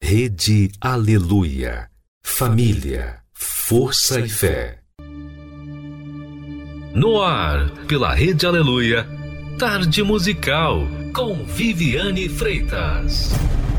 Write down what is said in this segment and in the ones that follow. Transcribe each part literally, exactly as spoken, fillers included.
Rede Aleluia. Família, força e fé. No ar, pela Rede Aleluia, Tarde Musical, com Viviane Freitas.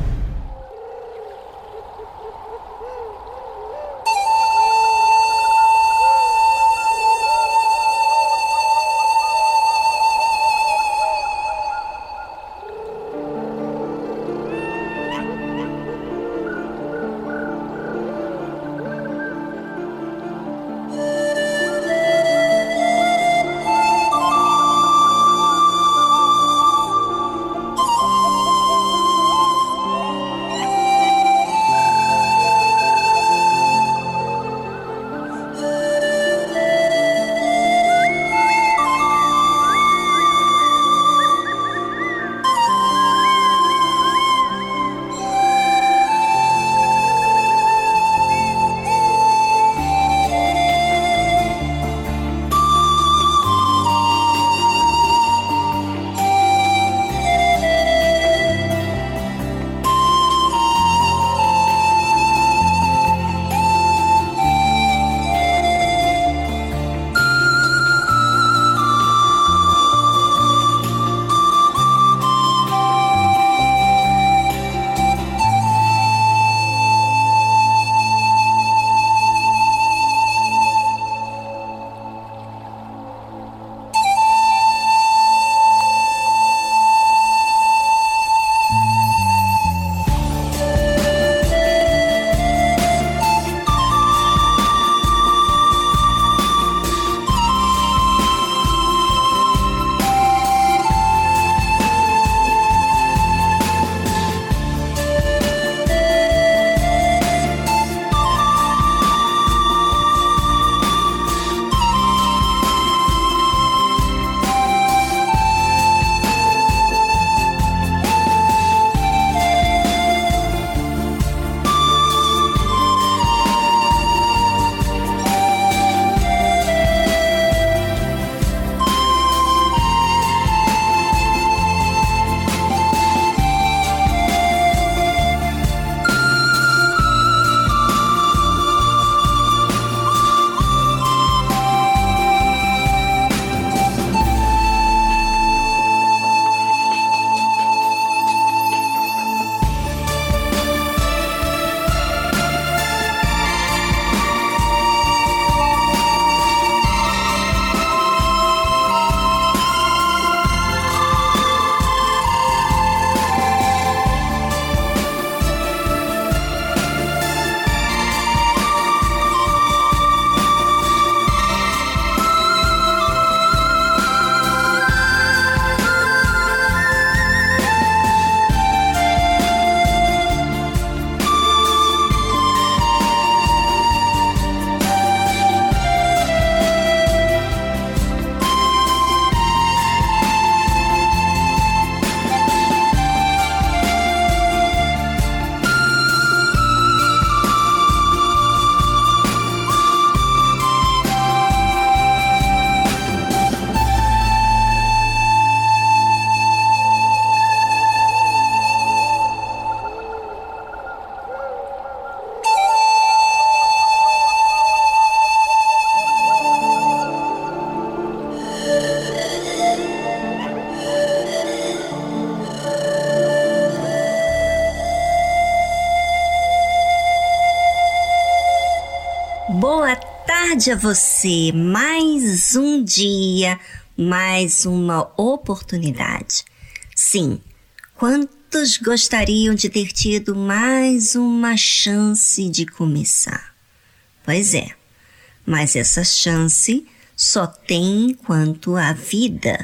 Boa tarde a você, mais um dia, mais uma oportunidade. Sim, quantos gostariam de ter tido mais uma chance de começar? Pois é, mas essa chance só tem enquanto há vida.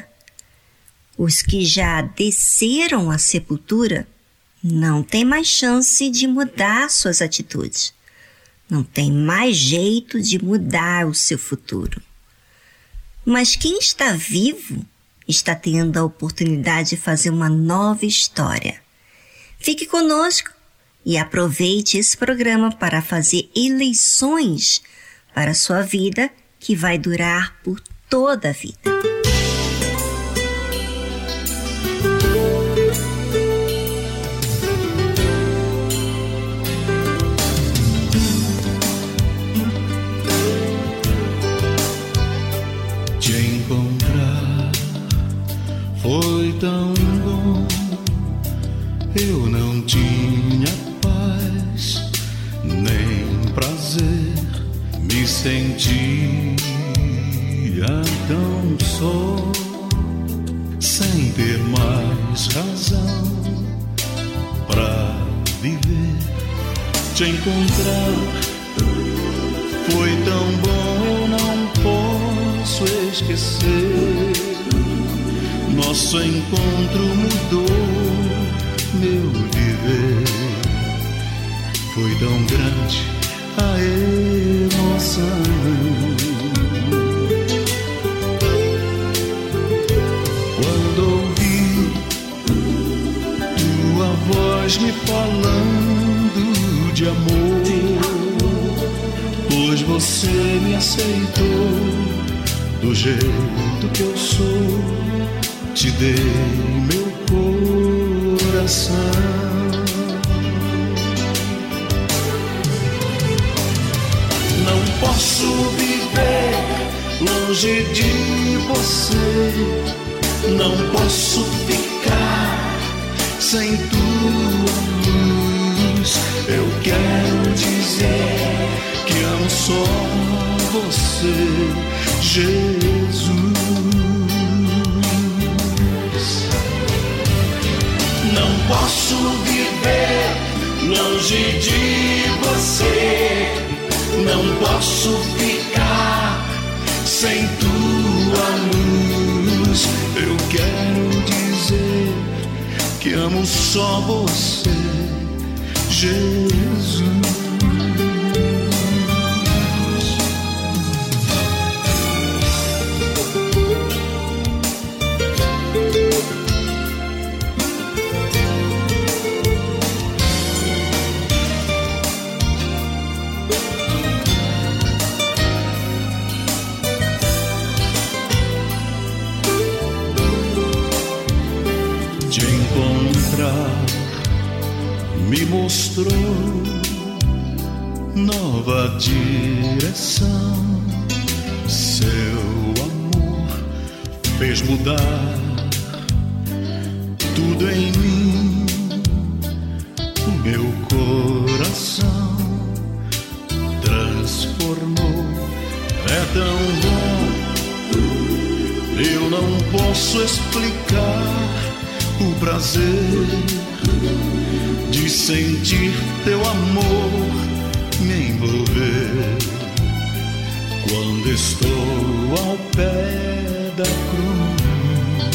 Os que já desceram à sepultura não têm mais chance de mudar suas atitudes. Não tem mais jeito de mudar o seu futuro. Mas quem está vivo está tendo a oportunidade de fazer uma nova história. Fique conosco e aproveite esse programa para fazer eleições para a sua vida que vai durar por toda a vida. sentia tão só, sem ter mais razão pra viver. Te encontrar foi tão bom, eu não posso esquecer. Nosso encontro mudou meu viver. Foi tão grande a emoção. Quando ouvi tua voz me falando de amor, pois você me aceitou do jeito que eu sou, te dei meu coração. Não posso viver longe de você, não posso ficar sem tua luz. Eu quero dizer que amo só você, Jesus. Não posso viver longe de você, não posso ficar sem tua luz. Eu quero dizer que amo só você, Jesus. Me mostrou nova direção. Seu amor fez mudar tudo em mim. O meu coração transformou. É tão bom, eu não posso explicar o prazer de sentir teu amor me envolver. Quando estou ao pé da cruz,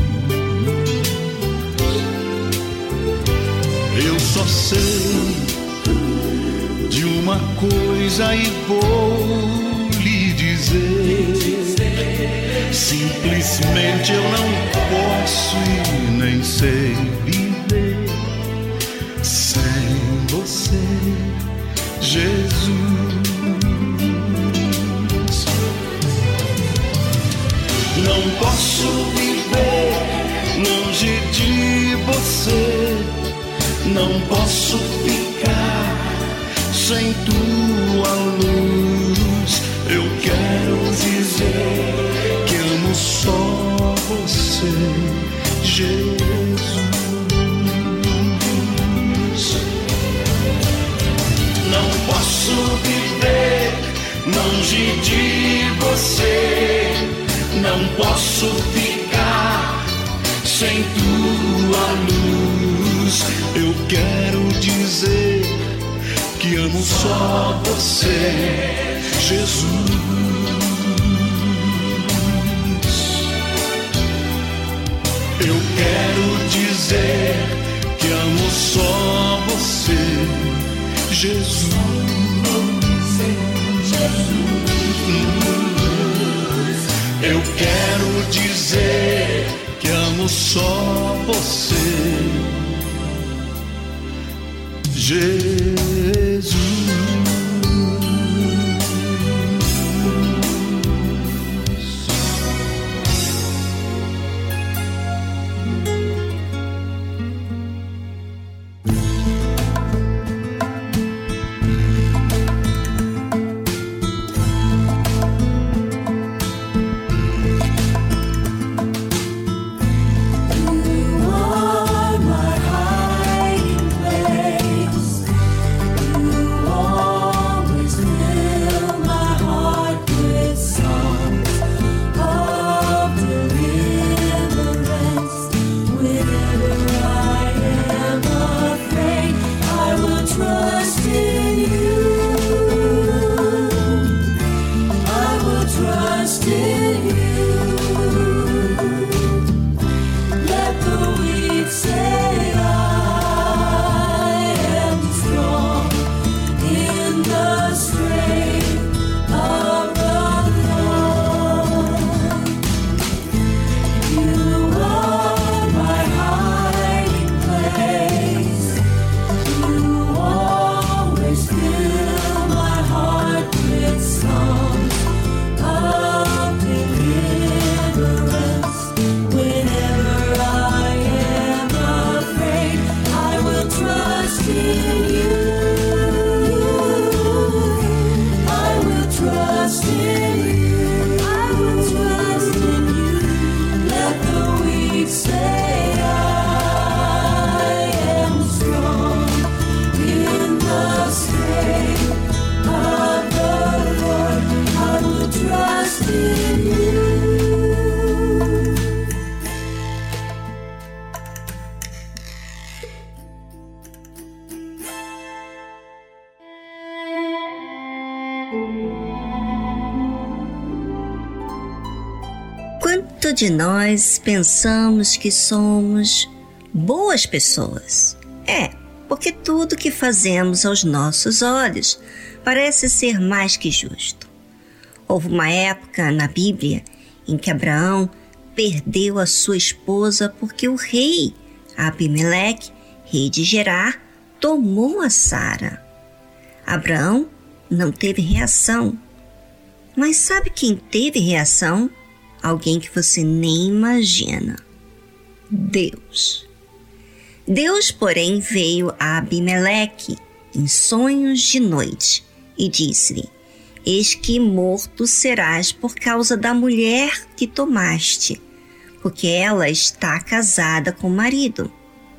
eu só sei de uma coisa e vou lhe dizer. Simplesmente eu não posso e nem sei viver sem você, Jesus. Não posso viver longe de você, não posso ficar sem tua luz. Eu quero dizer que amo só você, Jesus. Não posso viver longe de você, não posso ficar sem tua luz. Eu quero dizer que amo só você, Jesus. Eu quero dizer que amo só você, Jesus. Eu quero dizer que amo só você, Jesus. You Quanto de nós pensamos que somos boas pessoas? É, porque tudo que fazemos aos nossos olhos parece ser mais que justo. Houve uma época na Bíblia em que Abraão perdeu a sua esposa porque o rei Abimeleque, rei de Gerar, tomou a Sara. Abraão não teve reação. Mas sabe quem teve reação? Alguém que você nem imagina. Deus. Deus, porém, veio a Abimeleque em sonhos de noite e disse-lhe: eis que morto serás por causa da mulher que tomaste, porque ela está casada com o marido.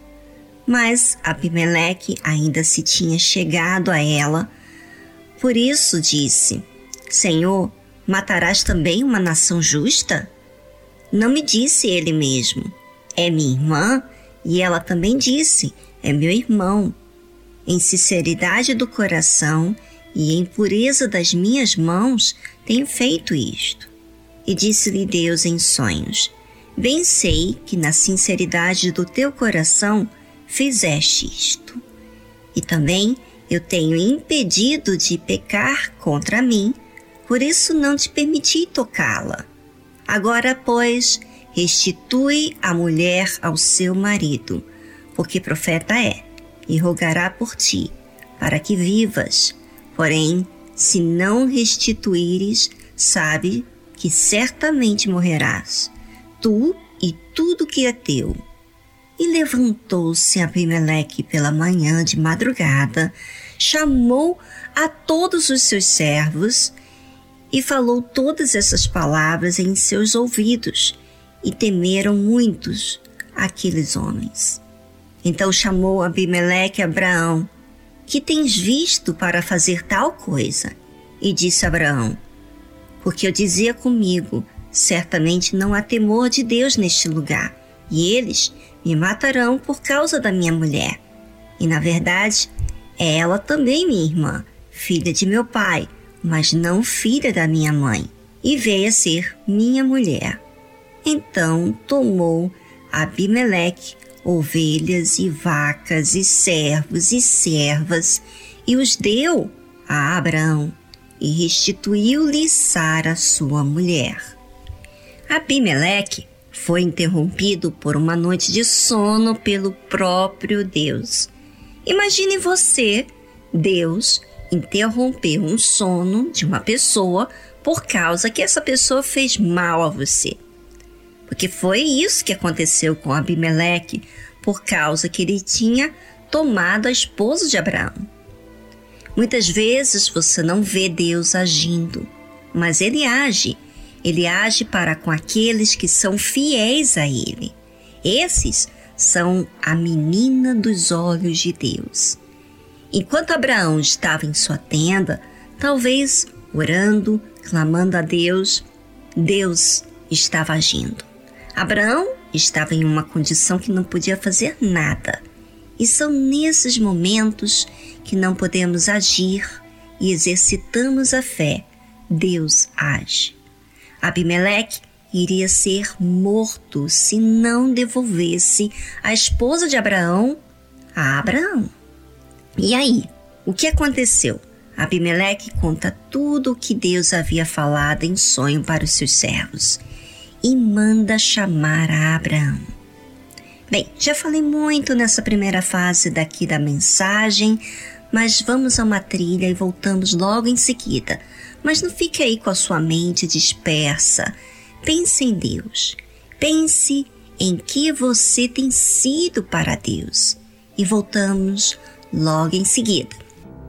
Mas Abimeleque ainda se tinha chegado a ela, por isso disse: Senhor, matarás também uma nação justa? Não me disse ele mesmo: é minha irmã? E ela também disse: é meu irmão. Em sinceridade do coração e em pureza das minhas mãos tenho feito isto. E disse-lhe Deus em sonhos: bem sei que na sinceridade do teu coração fizeste isto. E também eu tenho impedido de pecar contra mim, por isso não te permiti tocá-la. Agora, pois, restitui a mulher ao seu marido, porque profeta é, e rogará por ti, para que vivas. Porém, se não restituíres, sabe que certamente morrerás, tu e tudo que é teu. E levantou-se Abimeleque pela manhã de madrugada, chamou a todos os seus servos e falou todas essas palavras em seus ouvidos, e temeram muitos aqueles homens. Então chamou Abimeleque a Abraão: que tens visto para fazer tal coisa? E disse a Abraão: porque eu dizia comigo, certamente não há temor de Deus neste lugar, e eles me matarão por causa da minha mulher. E na verdade, é ela também minha irmã, filha de meu pai, mas não filha da minha mãe, e veio a ser minha mulher. Então tomou Abimeleque ovelhas e vacas e servos e servas e os deu a Abraão e restituiu-lhe Sara, sua mulher. Abimeleque foi interrompido por uma noite de sono pelo próprio Deus. Imagine você, Deus, interromper um sono de uma pessoa por causa que essa pessoa fez mal a você. Porque foi isso que aconteceu com Abimeleque, por causa que ele tinha tomado a esposa de Abraão. Muitas vezes você não vê Deus agindo, mas ele age. Ele age para com aqueles que são fiéis a ele. Esses são a menina dos olhos de Deus. Enquanto Abraão estava em sua tenda, talvez orando, clamando a Deus, Deus estava agindo. Abraão estava em uma condição que não podia fazer nada. E são nesses momentos que não podemos agir e exercitamos a fé, Deus age. Abimeleque iria ser morto se não devolvesse a esposa de Abraão a Abraão. E aí, o que aconteceu? Abimeleque conta tudo o que Deus havia falado em sonho para os seus servos e manda chamar a Abraão. Bem, já falei muito nessa primeira fase daqui da mensagem, mas vamos a uma trilha e voltamos logo em seguida. Mas não fique aí com a sua mente dispersa. Pense em Deus. Pense em que você tem sido para Deus. E voltamos logo em seguida.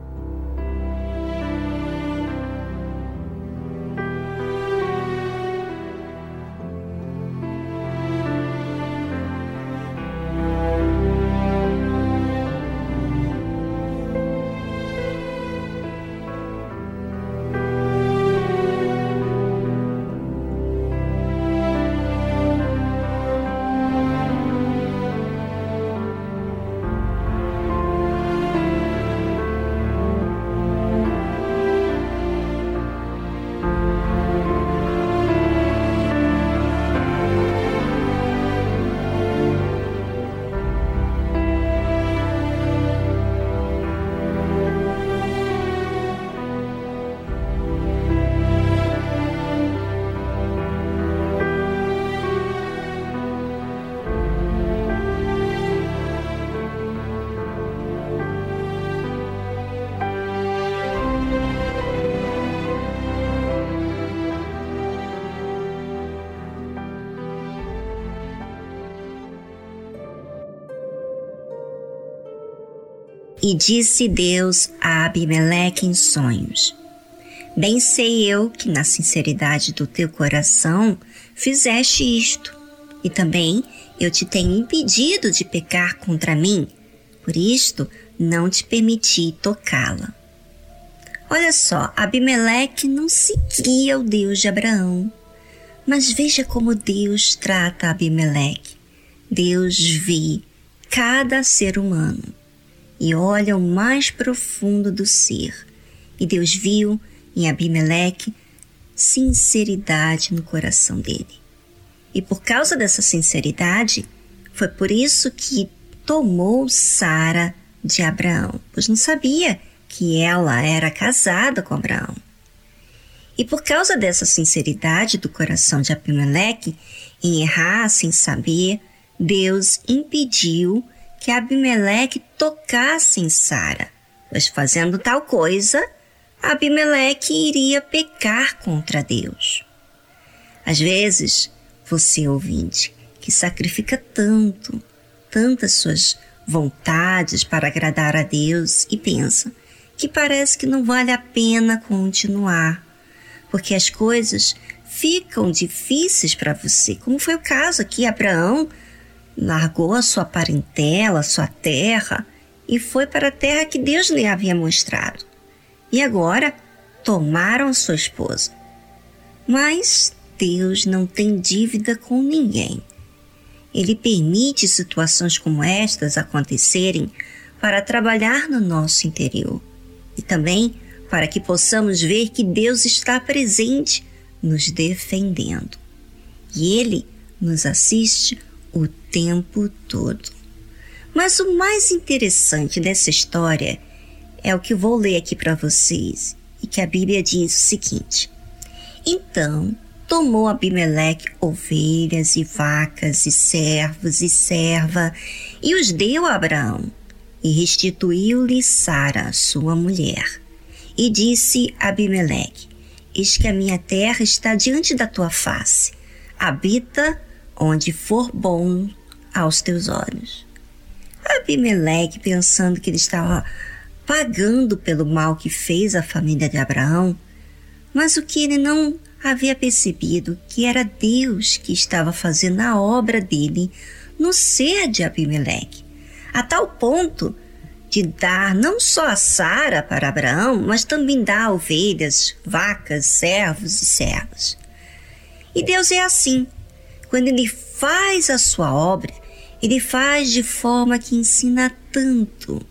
E disse Deus a Abimeleque em sonhos: Bem sei eu que na sinceridade do teu coração fizeste isto, e também eu te tenho impedido de pecar contra mim, por isto não te permiti tocá-la. Olha só, Abimeleque não seguia o Deus de Abraão, mas veja como Deus trata Abimeleque. Deus vê cada ser humano e olha o mais profundo do ser. E Deus viu em Abimeleque sinceridade no coração dele. E por causa dessa sinceridade, foi por isso que tomou Sara de Abraão, pois não sabia que ela era casada com Abraão. E por causa dessa sinceridade do coração de Abimeleque em errar sem saber, Deus impediu que Abimeleque tocasse em Sara, pois fazendo tal coisa, Abimeleque iria pecar contra Deus. Às vezes, você, ouvinte, que sacrifica tanto, tantas suas vontades para agradar a Deus e pensa que parece que não vale a pena continuar, porque as coisas ficam difíceis para você, como foi o caso aqui. Abraão largou a sua parentela, a sua terra, e foi para a terra que Deus lhe havia mostrado. E agora tomaram sua esposa. Mas Deus não tem dívida com ninguém. Ele permite situações como estas acontecerem para trabalhar no nosso interior e também para que possamos ver que Deus está presente, nos defendendo. E Ele nos assiste o tempo todo. Mas o mais interessante dessa história é o que vou ler aqui para vocês, e que a Bíblia diz o seguinte: Então tomou Abimeleque ovelhas e vacas e servos e serva e os deu a Abraão, e restituiu-lhe Sara, sua mulher. E disse Abimeleque: Eis que a minha terra está diante da tua face, habita onde for bom aos teus olhos. Abimeleque, pensando que ele estava pagando pelo mal que fez a família de Abraão, mas o que ele não havia percebido que era Deus que estava fazendo a obra dele no ser de Abimeleque, a tal ponto de dar não só a Sara para Abraão, mas também dar ovelhas, vacas, servos e servas. E Deus é assim. Quando Ele faz a sua obra, Ele faz de forma que ensina tanto.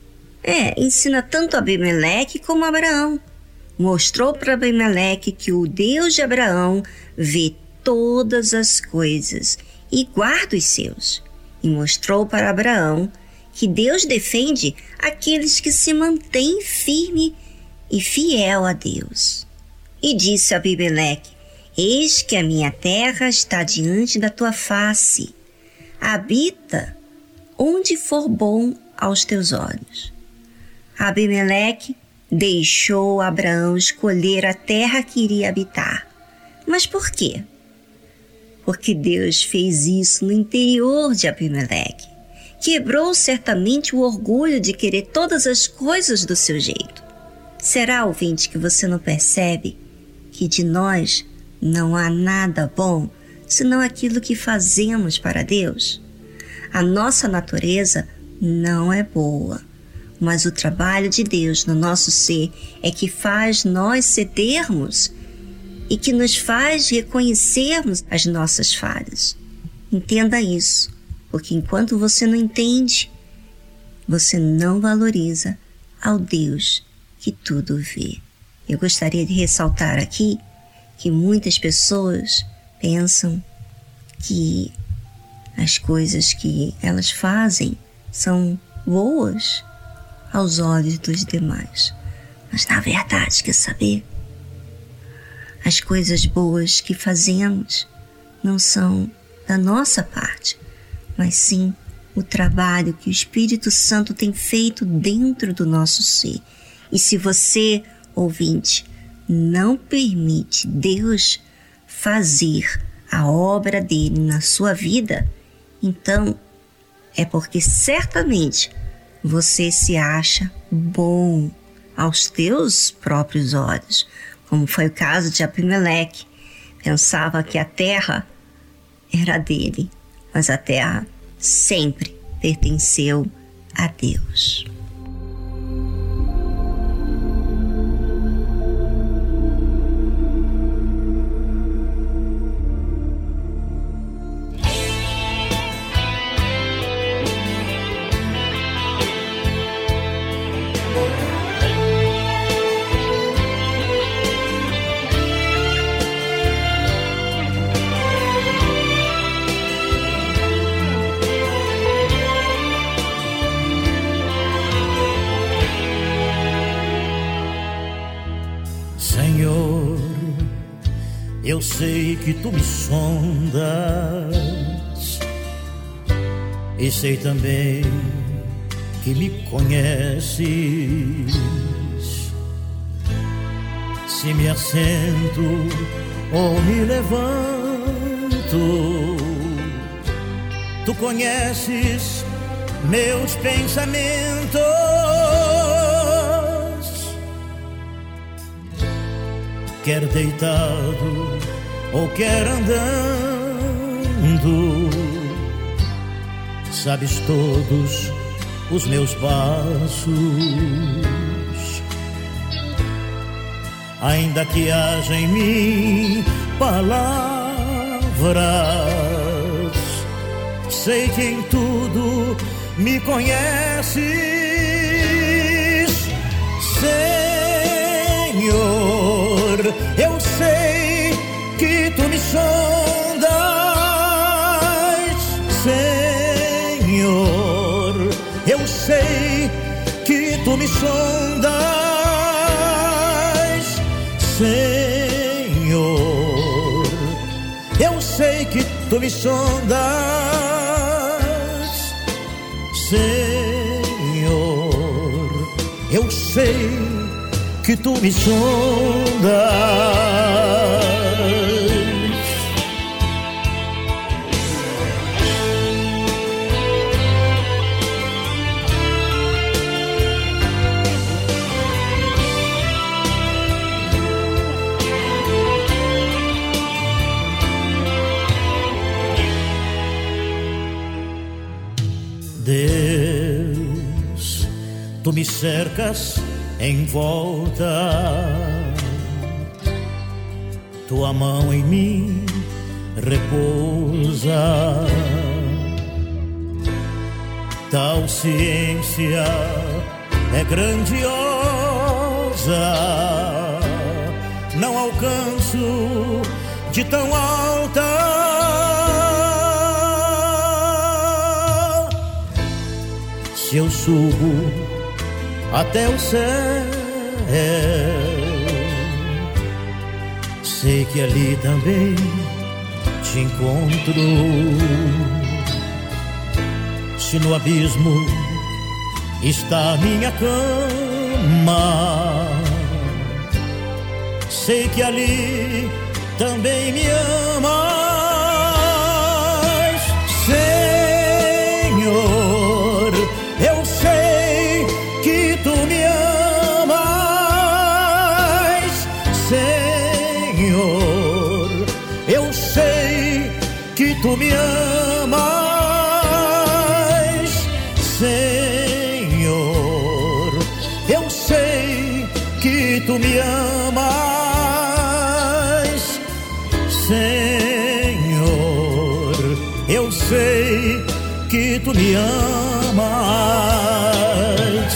É, ensina tanto Abimeleque como Abraão. Mostrou para Abimeleque que o Deus de Abraão vê todas as coisas e guarda os seus. E mostrou para Abraão que Deus defende aqueles que se mantêm firme e fiel a Deus. E disse a Abimeleque: eis que a minha terra está diante da tua face. Habita onde for bom aos teus olhos. Abimeleque deixou Abraão escolher a terra que iria habitar. Mas por quê? Porque Deus fez isso no interior de Abimeleque. Quebrou certamente o orgulho de querer todas as coisas do seu jeito. Será, ouvinte, que você não percebe que de nós não há nada bom senão aquilo que fazemos para Deus? A nossa natureza não é boa, mas o trabalho de Deus no nosso ser é que faz nós cedermos e que nos faz reconhecermos as nossas falhas. Entenda isso, porque enquanto você não entende, você não valoriza ao Deus que tudo vê. Eu gostaria de ressaltar aqui que muitas pessoas pensam que as coisas que elas fazem são boas aos olhos dos demais. Mas na verdade, quer saber? As coisas boas que fazemos não são da nossa parte, mas sim o trabalho que o Espírito Santo tem feito dentro do nosso ser. E se você, ouvinte, não permite Deus fazer a obra dele na sua vida, então é porque certamente você se acha bom aos teus próprios olhos, como foi o caso de Abimeleque. Pensava que a terra era dele, mas a terra sempre pertenceu a Deus. Eu sei que tu me sondas e sei também que me conheces. Se me assento ou me levanto, tu conheces meus pensamentos. Quer deitado ou quer andando, sabes todos os meus passos. Ainda que haja em mim palavras, sei que em tudo me conheces, Senhor. Eu sei que tu me sondas, Senhor. Eu sei que tu me sondas, Senhor. Eu sei que tu me sondas, Senhor. Eu sei que tu me sondas. Deus, tu me cercas em volta, tua mão em mim repousa. Tal ciência é grandiosa, não alcanço de tão alta. Se eu subo até o céu, sei que ali também te encontro. Se no abismo está minha cama, sei que ali também me amas, Senhor. Eu sei que tu me amas, Senhor. Eu sei que tu me amas, Senhor. Eu sei que tu me amas, Senhor. Eu sei que tu me amas,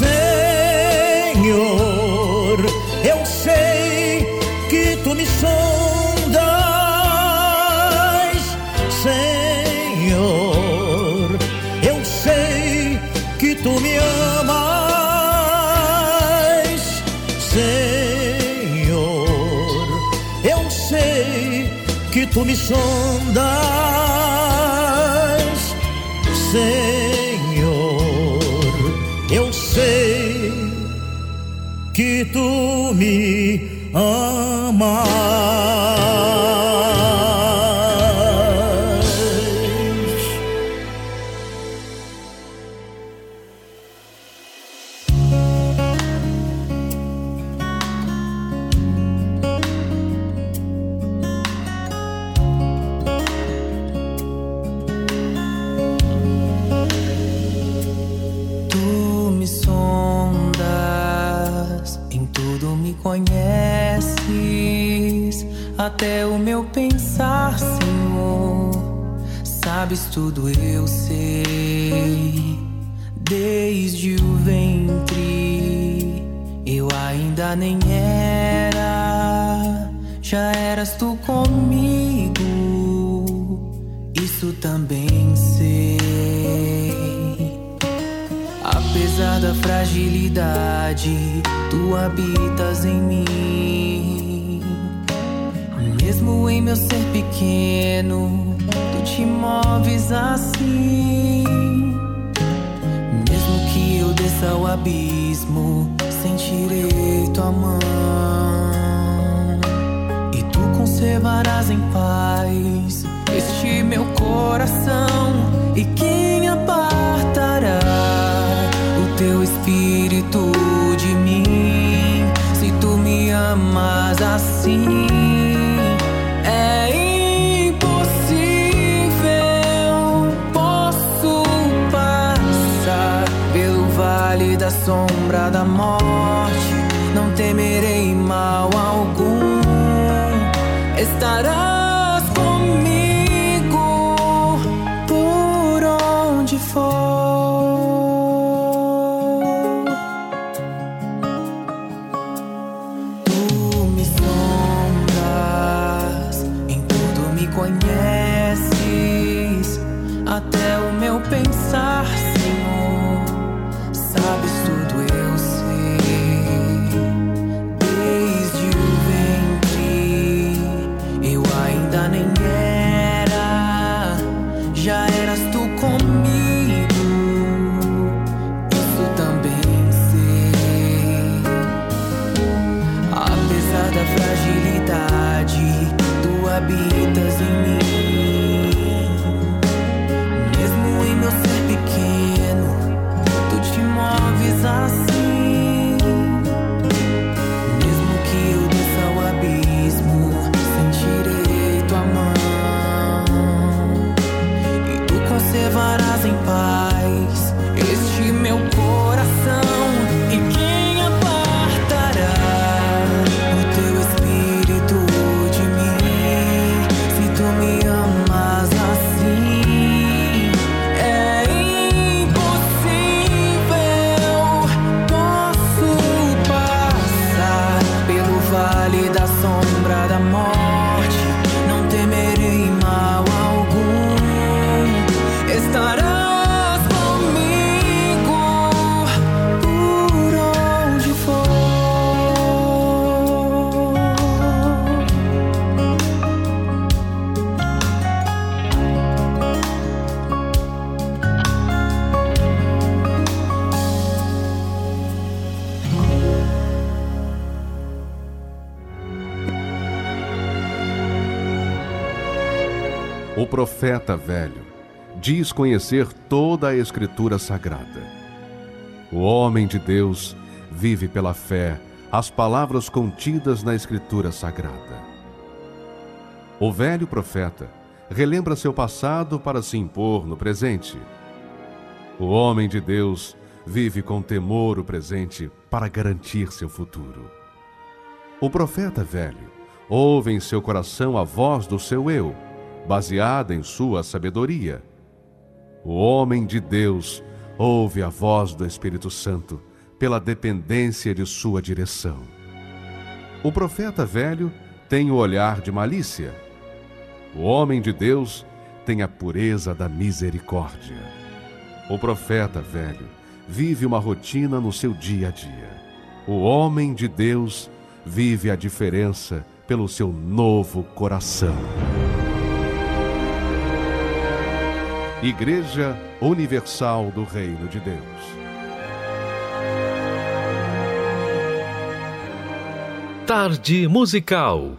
Senhor. Eu sei que tu me sondas, Senhor. Eu sei que tu me amas, Senhor. Eu sei que tu me sondas, Senhor. Eu sei que tu me amas. Tu me sondas, em tudo me conheces, até o meu pensar, Senhor. Sabes tudo, eu sei. Desde o ventre eu ainda nem era, já eras tu comigo, isso também sei. Apesar da fragilidade, tu habitas em mim. Mesmo em meu ser pequeno, tu te moves assim. Mesmo que eu desça ao abismo, sentirei tua mão, e tu conservarás em paz este meu coração. E quem apartará o teu espírito de mim, se tu me amas assim? É impossível. Posso passar pelo vale da sombra da morte, não temerei mal algum. Estarás comigo por onde for. Conheces até o meu pensar, Senhor. Sabes tudo, eu sei. Desde o ventre eu ainda nem era, já eras tu comigo, isso também sei. Apesar da fragilidade, tu habitas em mim. O profeta velho diz conhecer toda a Escritura Sagrada. O homem de Deus vive pela fé as palavras contidas na Escritura Sagrada. O velho profeta relembra seu passado para se impor no presente. O homem de Deus vive com temor o presente para garantir seu futuro. O profeta velho ouve em seu coração a voz do seu eu, baseada em sua sabedoria. O homem de Deus ouve a voz do Espírito Santo pela dependência de sua direção. O profeta velho tem o olhar de malícia. O homem de Deus tem a pureza da misericórdia. O profeta velho vive uma rotina no seu dia a dia. O homem de Deus vive a diferença pelo seu novo coração. Igreja Universal do Reino de Deus. Tarde musical.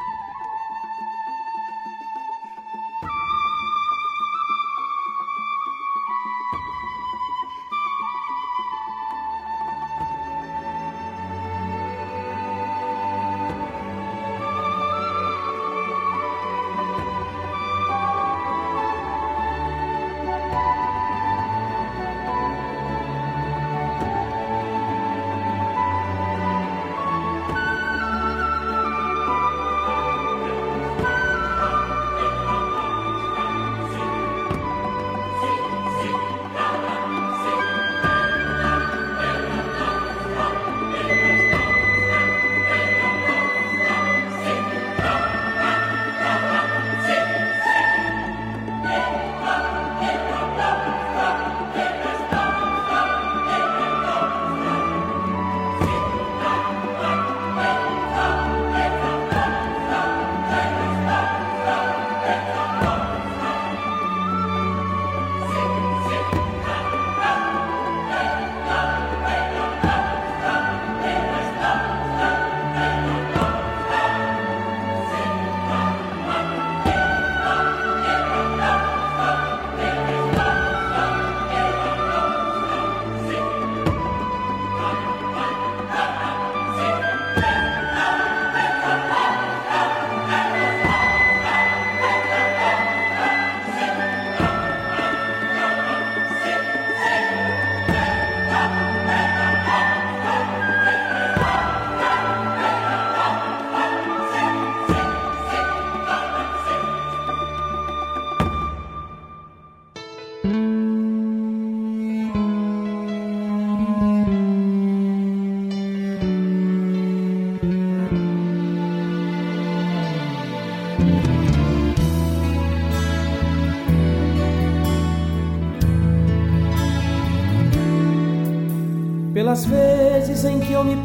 Pelas vezes em que eu me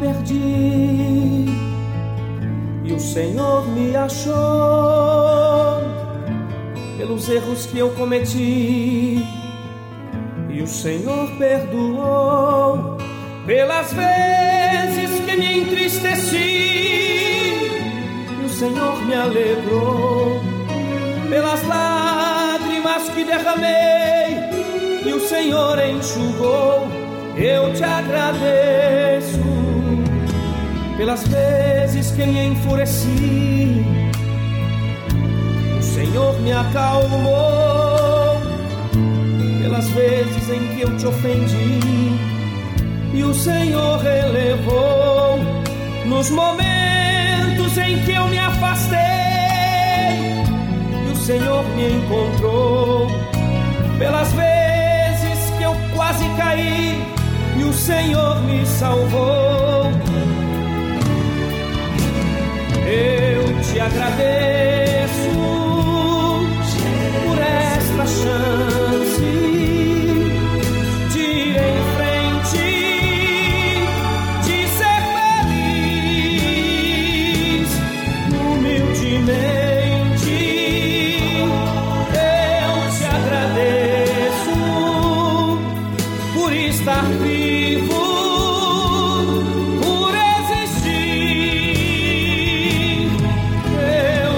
perdi e o Senhor me achou, pelos erros que eu cometi e o Senhor perdoou, pelas vezes que me entristeci e o Senhor me alegrou, pelas lágrimas que derramei e o Senhor enxugou. Eu te agradeço pelas vezes que me enfureci, o Senhor me acalmou, pelas vezes em que eu te ofendi e o Senhor relevou, nos momentos em que eu me afastei e o Senhor me encontrou, pelas vezes que eu quase caí e o Senhor me salvou. Eu te agradeço por esta chance de ir em frente, de ser feliz, humildemente. Eu te agradeço por estar vivo, por existir. Eu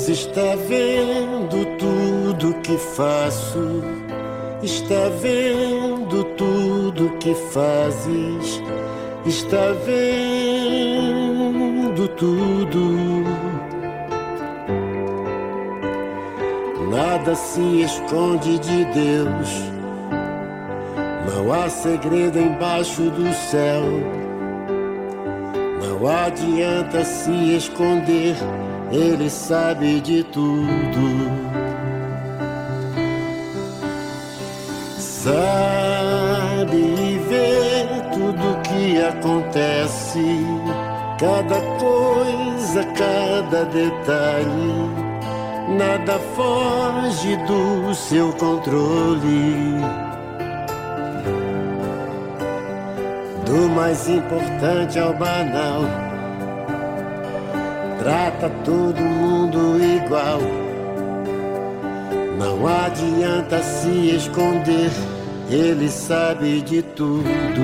Deus está vendo tudo que faço, está vendo tudo que fazes, está vendo tudo. Nada se esconde de Deus, não há segredo embaixo do céu. Não adianta se esconder, Ele sabe de tudo. Sabe e vê tudo que acontece, cada coisa, cada detalhe. Nada foge do seu controle. Do mais importante ao banal, trata todo mundo igual. Não adianta se esconder, Ele sabe de tudo.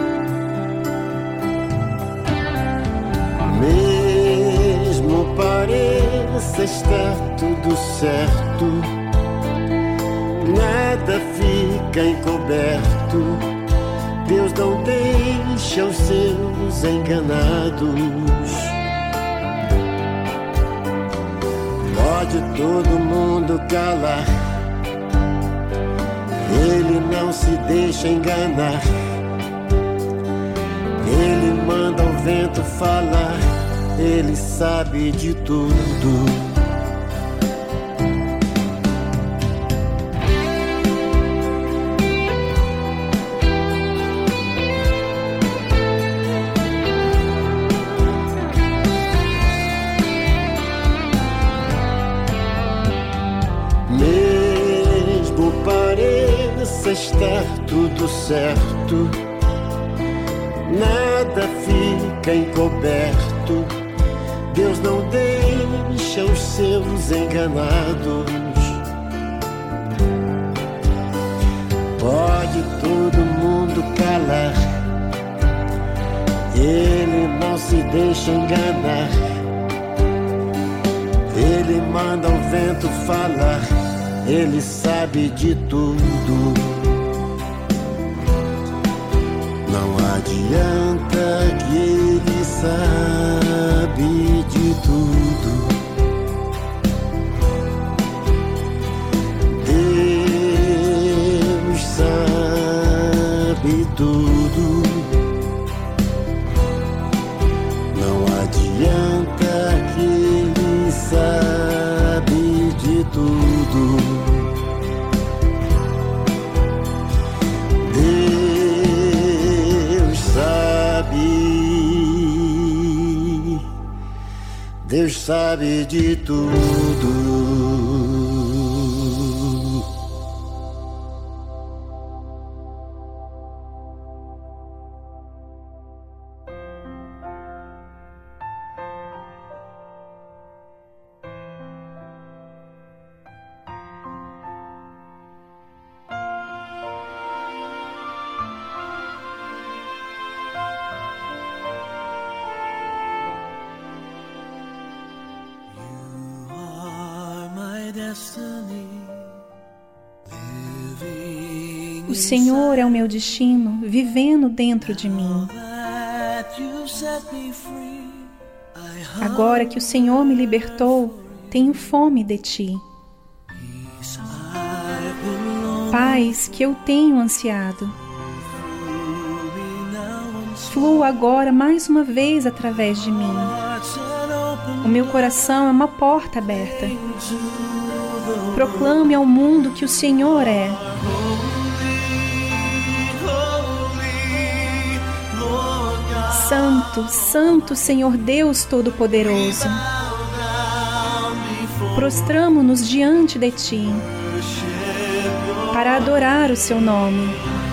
Mesmo pareça estar tudo certo, nada fica encoberto. Deus não deixa os seus enganados. Pode todo mundo calar, Ele não se deixa enganar. Ele manda o vento falar, Ele sabe de tudo. Estar tudo certo, nada fica encoberto. Deus não deixa os seus enganados. Pode todo mundo calar, Ele não se deixa enganar. Ele manda o vento falar, Ele sabe de tudo. Não adianta que Ele sabe de tudo. Deus sabe tudo. Não adianta que Ele sabe de tudo. Deus sabe de tudo. O Senhor é o meu destino, vivendo dentro de mim. Agora que o Senhor me libertou, tenho fome de Ti. Paz que eu tenho ansiado. Flua agora mais uma vez através de mim. O meu coração é uma porta aberta. Proclame ao mundo que o Senhor é. Santo, Santo Senhor Deus Todo-Poderoso. Prostramo-nos diante de Ti para adorar o Seu nome.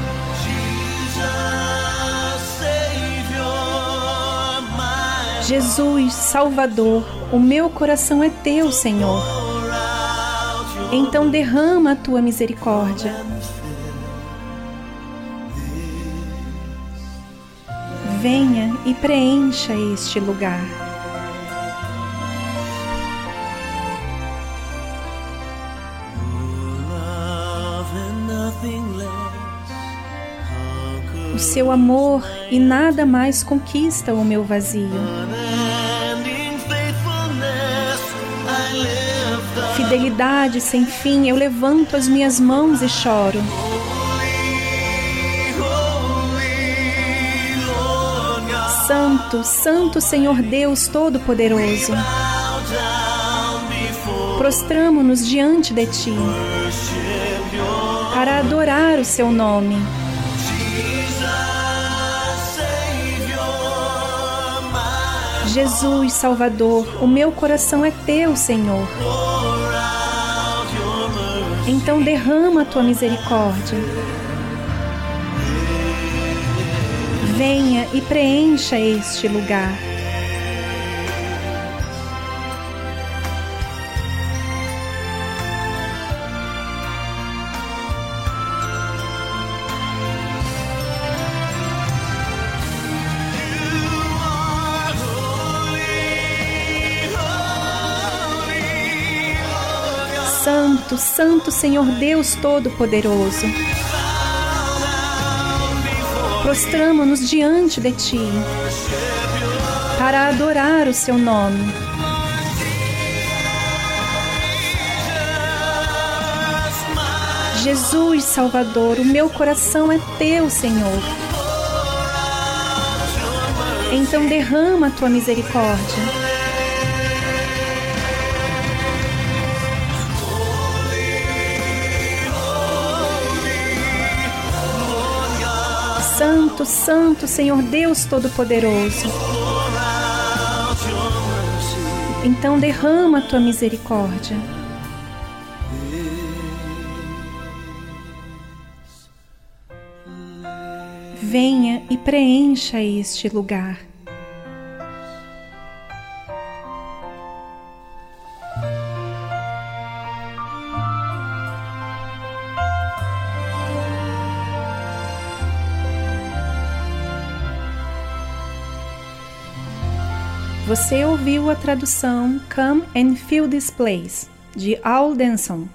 Jesus, Salvador, o meu coração é Teu, Senhor. Então derrama a Tua misericórdia. Venha e preencha este lugar. o seu amor e nada mais conquista o meu vazio. Fidelidade sem fim, eu levanto as minhas mãos e choro. Santo, Santo Senhor Deus Todo-Poderoso, prostramo-nos diante de Ti para adorar o Seu nome. Jesus, Salvador, o meu coração é Teu, Senhor. Então derrama a Tua misericórdia. Venha e preencha este lugar. Santo, Santo Senhor Deus Todo-Poderoso, prostramo-nos diante de Ti para adorar o Seu nome. Jesus, Salvador, o meu coração é Teu, Senhor. Então derrama a Tua misericórdia. Santo, Santo, Senhor Deus Todo-Poderoso. Então derrama a Tua misericórdia. Venha e preencha este lugar. Você ouviu a tradução Come and Fill This Place, de Al Denson.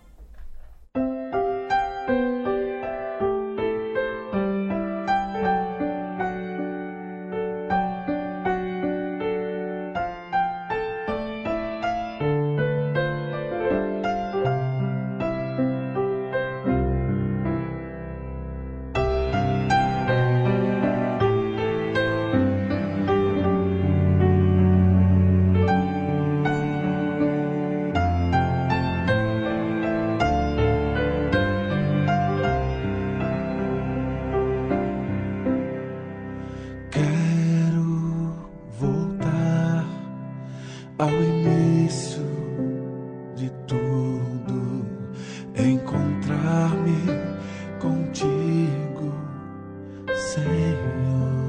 Ao início de tudo, encontrar-me contigo, Senhor.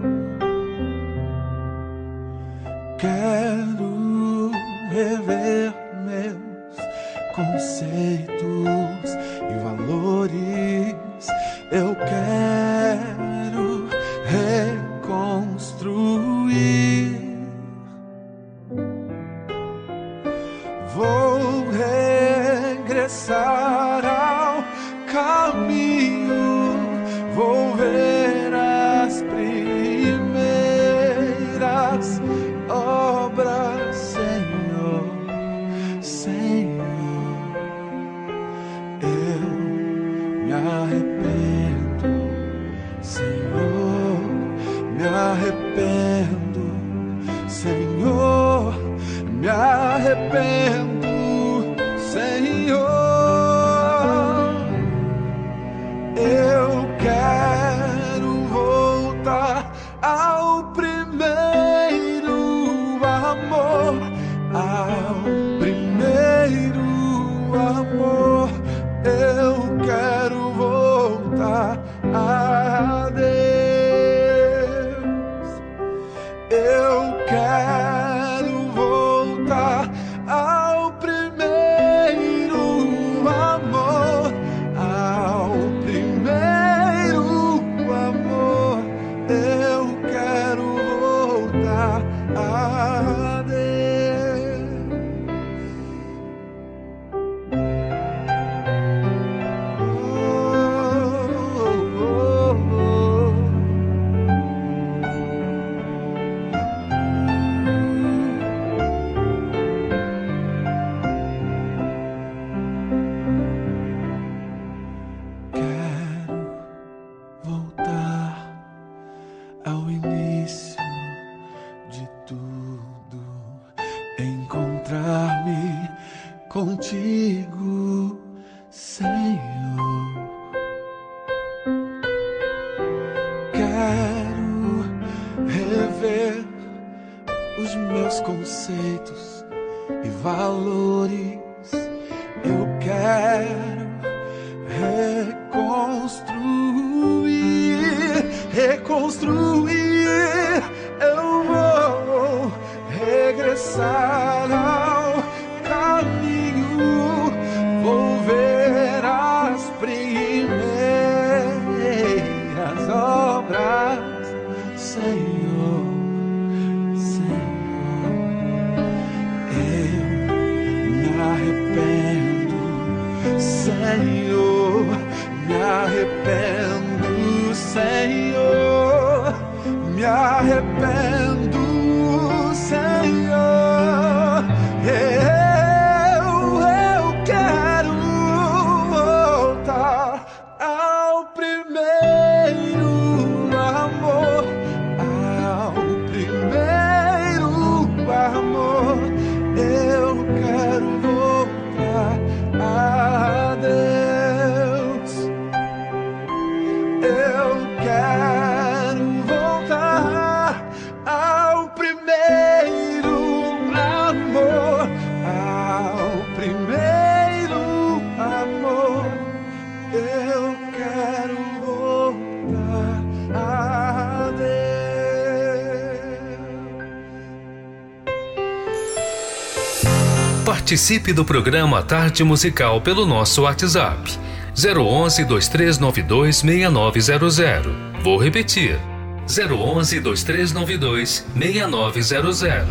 Quero rever meus conceitos e valores. Eu quero reconstruir. Vou regressar ao caminho, vou ver as primeiras obras, Senhor, Senhor. Eu me arrependo, Senhor, me arrependo, Senhor, me arrependo. Senhor, eu quero voltar ao primeiro amor, ao primeiro amor. Eu quero voltar a Deus. Eu quero voltar ao primeiro amor, ao primeiro amor. Eu quero voltar a Deus. Oh, oh, oh, oh. ao início de tudo, encontrar-me contigo, Senhor. Quero rever os meus conceitos e valores. Eu quero reconstruir, reconstruir. Eu vou regressar ao caminho, vou ver as primeiras obras, Senhor, Senhor. Eu me arrependo, Senhor, me arrependo, Senhor, me arrependo, Senhor. Eu, eu quero voltar ao primeiro amor, ao primeiro amor. Eu quero voltar a Deus. Eu quero voltar ao primeiro amor, ao primeiro amor. Eu quero voltar a Deus. Participe do programa Tarde Musical pelo nosso WhatsApp zero onze, dois três nove dois, seis nove zero zero. Vou repetir: zero onze, dois três nove dois, seis nove zero zero.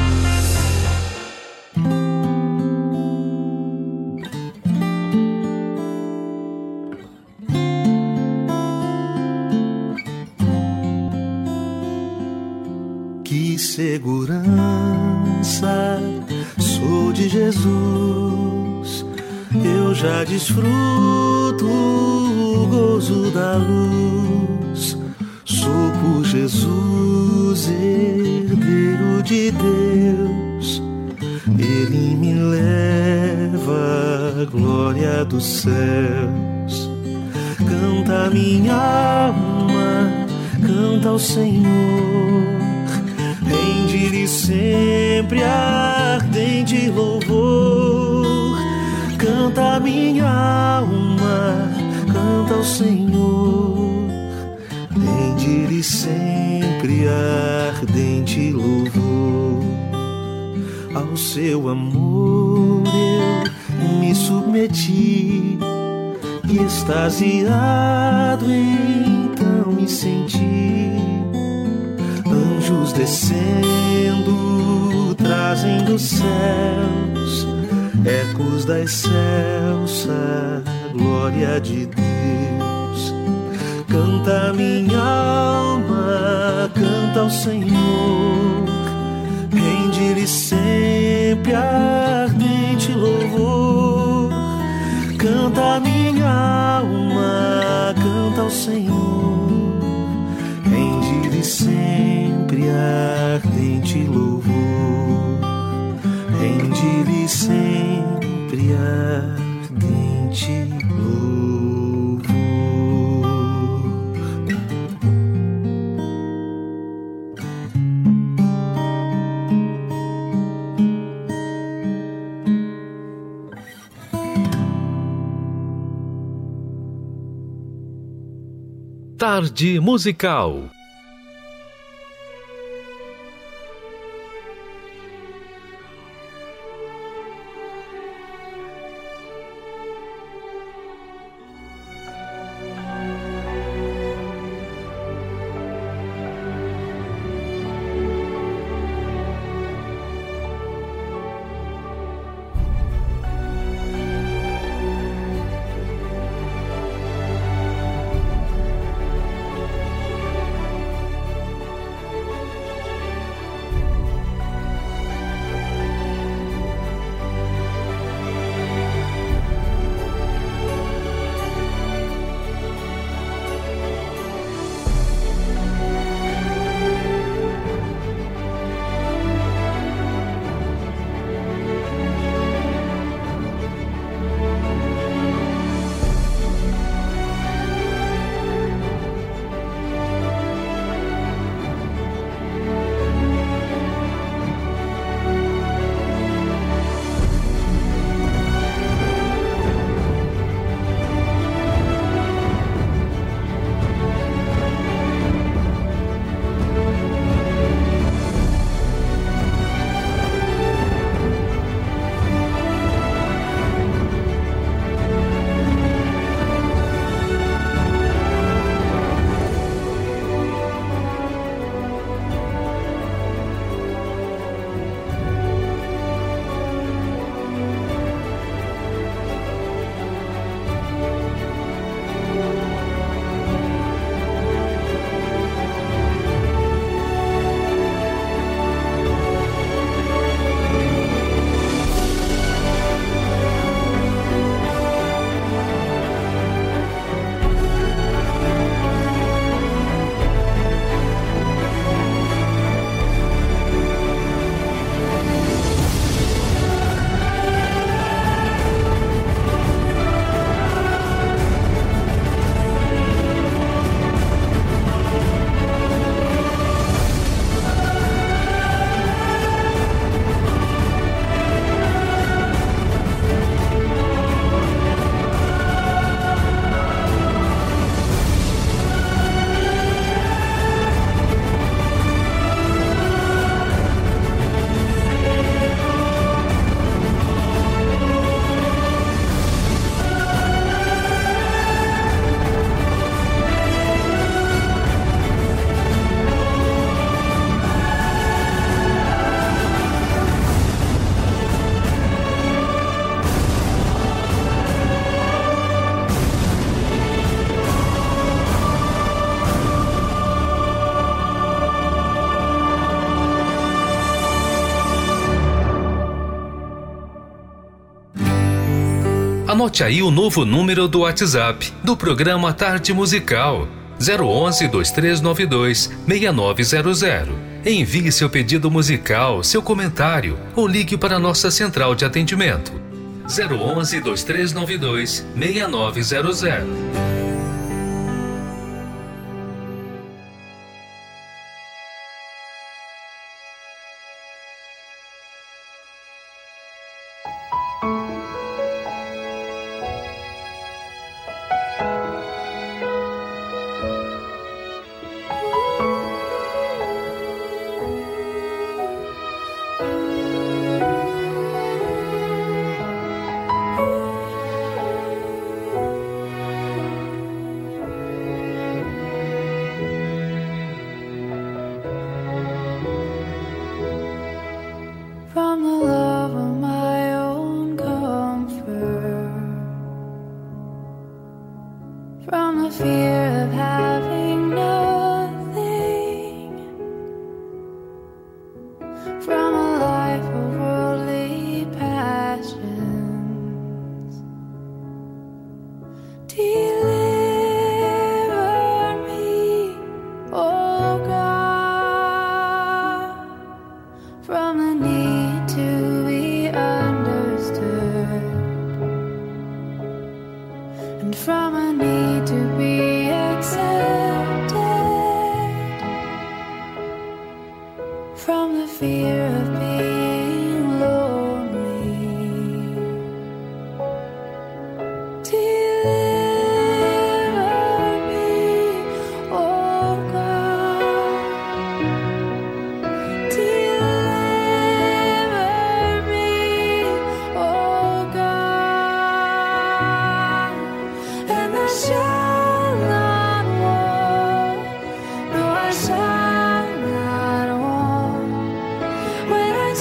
Que segurança sou de Jesus, eu já desfruto o gozo da luz. Sou por Jesus herdeiro de Deus, Ele me leva à glória dos céus. Canta minha alma, canta ao Senhor, rende-lhe sempre ardente louvor. Canta minha alma, canta ao Senhor, rende-lhe sempre ardente louvor. Ao seu amor eu me submeti, e extasiado então me senti. Anjos descendo, trazem dos céus ecos da excelsa glória de Deus. Canta minha alma, canta ao Senhor, rende-lhe sempre ardente louvor. Canta minha alma, canta ao Senhor, rende-lhe sempre ardente louvor. Rende-lhe sempre ardente louvor. Tarde Musical. Anote aí o novo número do WhatsApp do programa Tarde Musical, zero onze, dois três nove dois, seis nove zero zero. Envie seu pedido musical, seu comentário ou ligue para a nossa central de atendimento, zero onze, dois três nove dois, seis nove zero zero. When I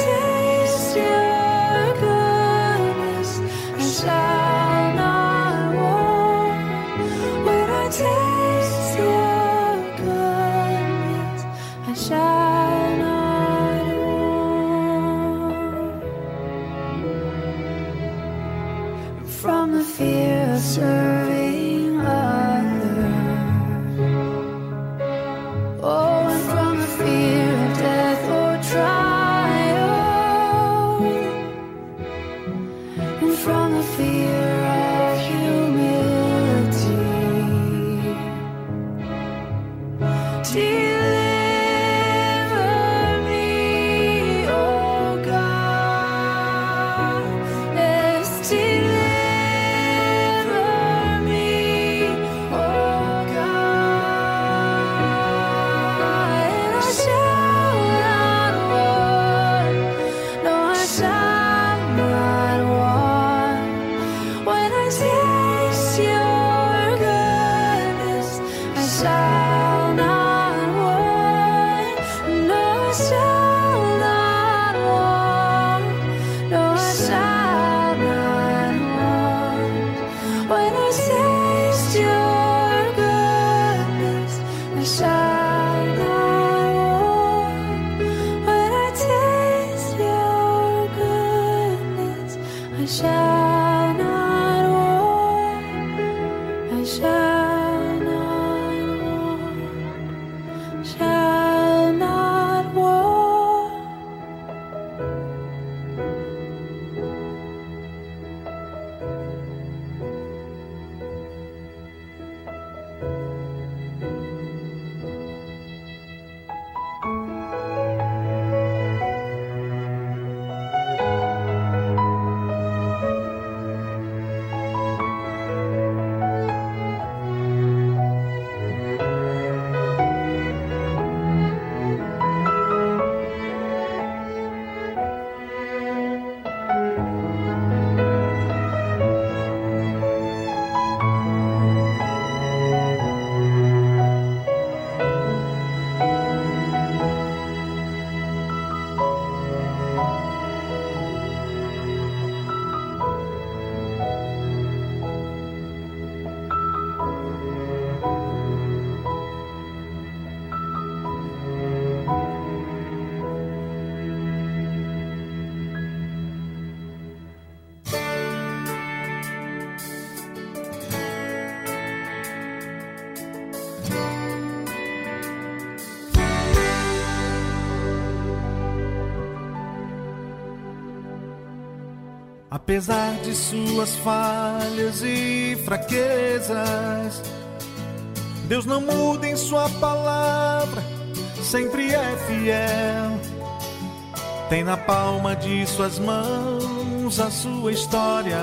Apesar de suas falhas e fraquezas, Deus não muda em sua palavra, sempre é fiel. Tem na palma de suas mãos a sua história.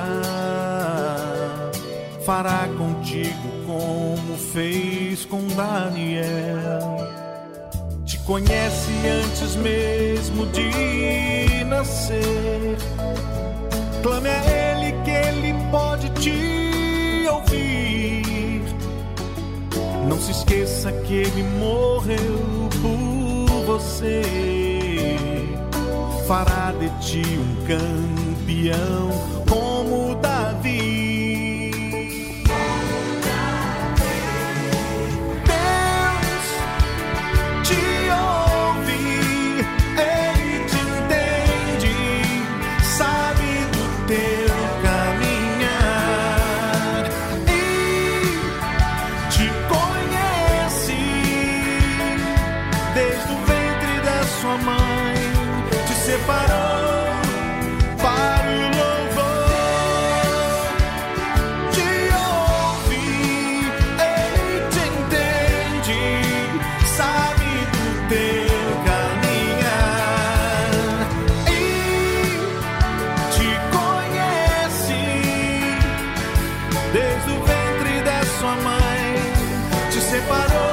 Fará contigo como fez com Daniel. Te conhece antes mesmo de nascer. Clame a Ele que Ele pode te ouvir. Não se esqueça que Ele morreu por você. Fará de ti um campeão como Davi. Separou para o louvor. Te ouve, Ele te entende, sabe do teu caminhar e te conhece desde o ventre da sua mãe. Te separou.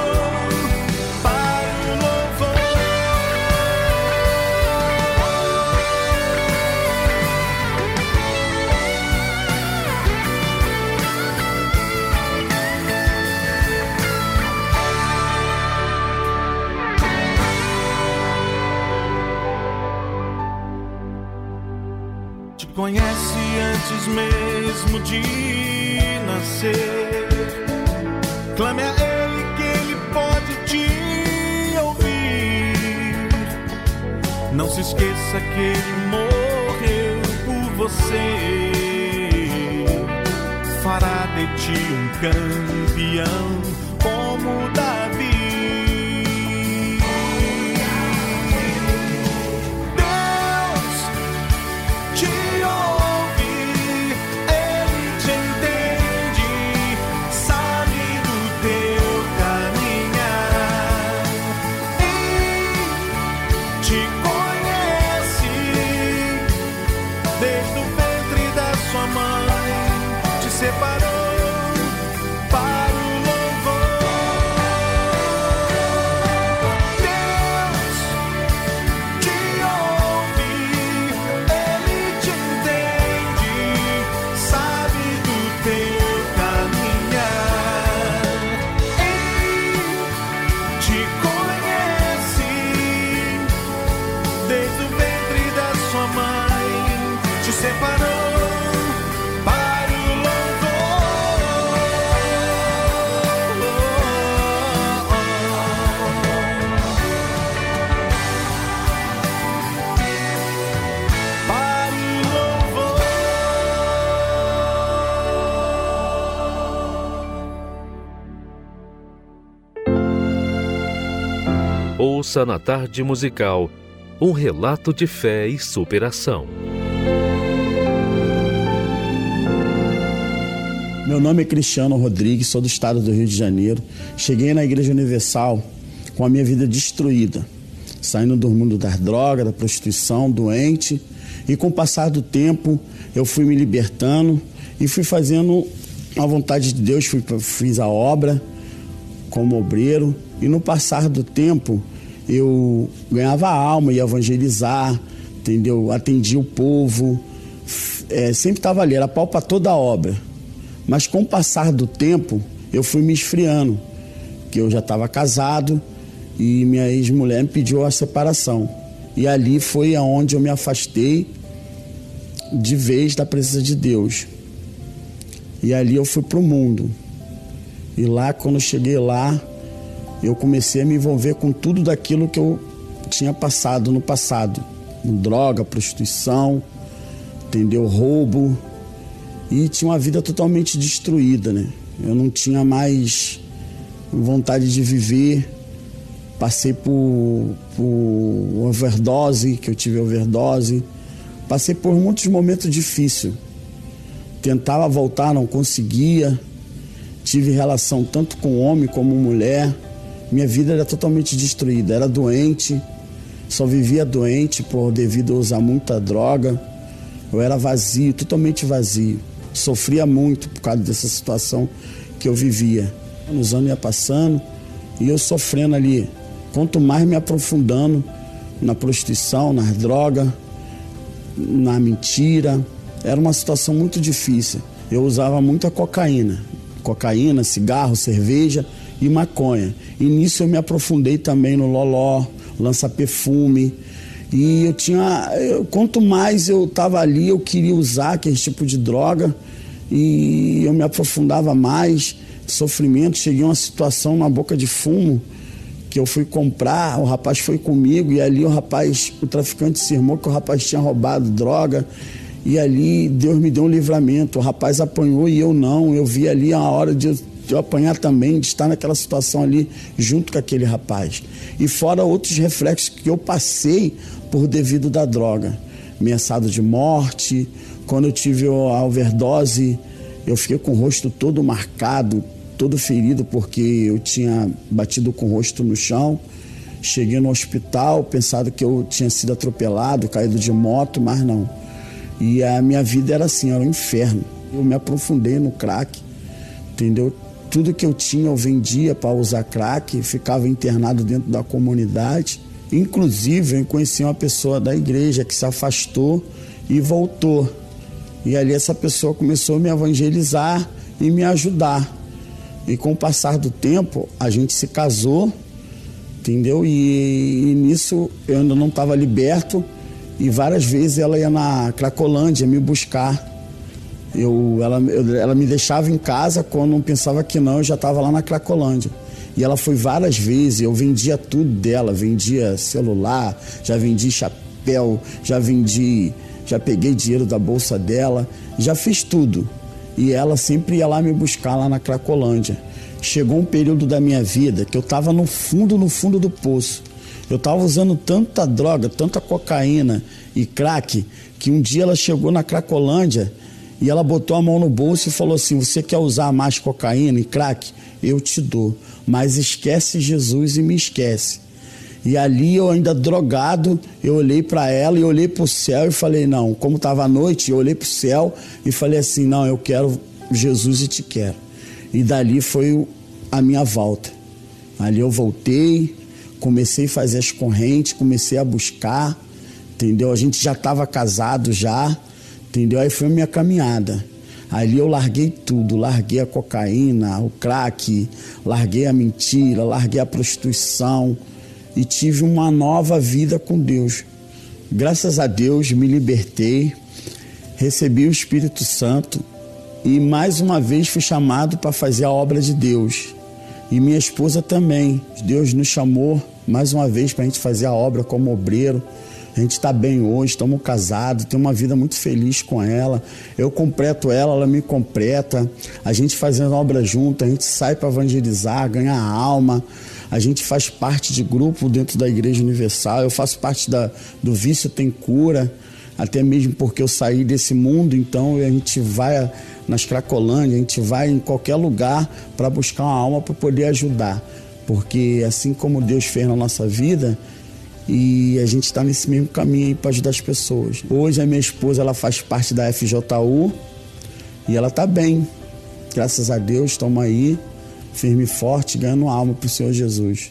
Conhece antes mesmo de nascer. Clame a Ele que Ele pode te ouvir. Não se esqueça que Ele morreu por você. Fará de ti um campeão como Davi. Separou para o louvor. Deus te ouve, Ele te entende, sabe do teu caminhar e te conhece desde o ventre da sua mãe. Te separou. Ouça na tarde musical um relato de fé e superação. Meu nome é Cristiano Rodrigues, sou do estado do Rio de Janeiro. Cheguei na Igreja Universal com a minha vida destruída, saindo do mundo das drogas, da prostituição, doente. E com o passar do tempo, eu fui me libertando e fui fazendo a vontade de Deus, fui, fiz a obra como obreiro. E no passar do tempo, eu ganhava alma, ia evangelizar, entendeu? Atendia o povo, é, sempre estava ali, era pau para toda a obra. Mas com o passar do tempo, eu fui me esfriando, que eu já estava casado e minha ex-mulher me pediu a separação. E ali foi aonde eu me afastei de vez da presença de Deus. E ali eu fui para o mundo. E lá, quando eu cheguei lá, eu comecei a me envolver com tudo daquilo que eu tinha passado no passado. Droga, prostituição, entendeu? Roubo. E tinha uma vida totalmente destruída, né? Eu não tinha mais vontade de viver. Passei por, por overdose, que eu tive overdose. Passei por muitos momentos difíceis. Tentava voltar, não conseguia. Tive relação tanto com homem como mulher. Minha vida era totalmente destruída. Era doente, só vivia doente por devido a usar muita droga. Eu era vazio, totalmente vazio. Sofria muito por causa dessa situação que eu vivia. Os anos iam passando e eu sofrendo ali. Quanto mais me aprofundando na prostituição, nas drogas, na mentira. Era uma situação muito difícil. Eu usava muita cocaína. Cocaína, cigarro, cerveja e maconha. E nisso eu me aprofundei também no loló, lança-perfume. E eu tinha... Eu, quanto mais eu estava ali, eu queria usar aquele tipo de droga. E eu me aprofundava mais. Sofrimento. Cheguei a uma situação na boca de fumo que eu fui comprar, o rapaz foi comigo e ali o rapaz, o traficante se irmou que o rapaz tinha roubado droga e ali Deus me deu um livramento. O rapaz apanhou e eu não. Eu vi ali a hora de eu, de eu apanhar também, de estar naquela situação ali junto com aquele rapaz. E fora outros reflexos que eu passei por devido da droga. Ameaçado de morte. Quando eu tive a overdose, eu fiquei com o rosto todo marcado, todo ferido, porque eu tinha batido com o rosto no chão. Cheguei no hospital, pensado que eu tinha sido atropelado, caído de moto, mas não. E a minha vida era assim, era um inferno. Eu me aprofundei no crack, entendeu? Tudo que eu tinha eu vendia para usar crack, ficava internado dentro da comunidade. Inclusive, eu conheci uma pessoa da igreja que se afastou e voltou. E ali essa pessoa começou a me evangelizar e me ajudar. E com o passar do tempo, a gente se casou, entendeu? E, e nisso eu ainda não estava liberto e várias vezes ela ia na Cracolândia me buscar. Eu, ela, eu, ela me deixava em casa, quando não pensava que não, eu já estava lá na Cracolândia. E ela foi várias vezes, eu vendia tudo dela, vendia celular, já vendi chapéu, já vendi, já peguei dinheiro da bolsa dela, já fiz tudo. E ela sempre ia lá me buscar lá na Cracolândia. Chegou um período da minha vida que eu estava no fundo, no fundo do poço. Eu estava usando tanta droga, tanta cocaína e crack, que um dia ela chegou na Cracolândia e ela botou a mão no bolso e falou assim: você quer usar mais cocaína e crack? Eu te dou, mas esquece Jesus e me esquece. E ali eu ainda drogado, eu olhei para ela e olhei para o céu e falei, não, como estava a noite, eu olhei para o céu e falei assim, não, eu quero Jesus e te quero. E dali foi a minha volta. Ali eu voltei, comecei a fazer as correntes, comecei a buscar, entendeu? A gente já estava casado já, entendeu? Aí foi a minha caminhada. Ali eu larguei tudo, larguei a cocaína, o crack, larguei a mentira, larguei a prostituição, e tive uma nova vida com Deus. Graças a Deus me libertei, recebi o Espírito Santo e mais uma vez fui chamado para fazer a obra de Deus. E minha esposa também. Deus nos chamou mais uma vez para a gente fazer a obra como obreiro. A gente está bem hoje, estamos casados, tenho uma vida muito feliz com ela. Eu completo ela, ela me completa. A gente fazendo a obra junto, a gente sai para evangelizar, ganhar alma. A gente faz parte de grupo dentro da Igreja Universal. Eu faço parte da, do Vício Tem Cura, até mesmo porque eu saí desse mundo. Então a gente vai nas Cracolândias, a gente vai em qualquer lugar para buscar uma alma para poder ajudar. Porque assim como Deus fez na nossa vida, e a gente está nesse mesmo caminho aí para ajudar as pessoas. Hoje a minha esposa ela faz parte da F J U e ela está bem. Graças a Deus, estamos aí, firme e forte, ganhando alma para o Senhor Jesus.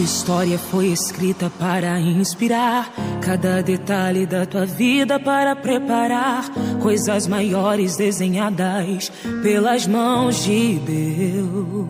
história foi escrita para inspirar cada detalhe da tua vida, para preparar coisas maiores desenhadas pelas mãos de Deus.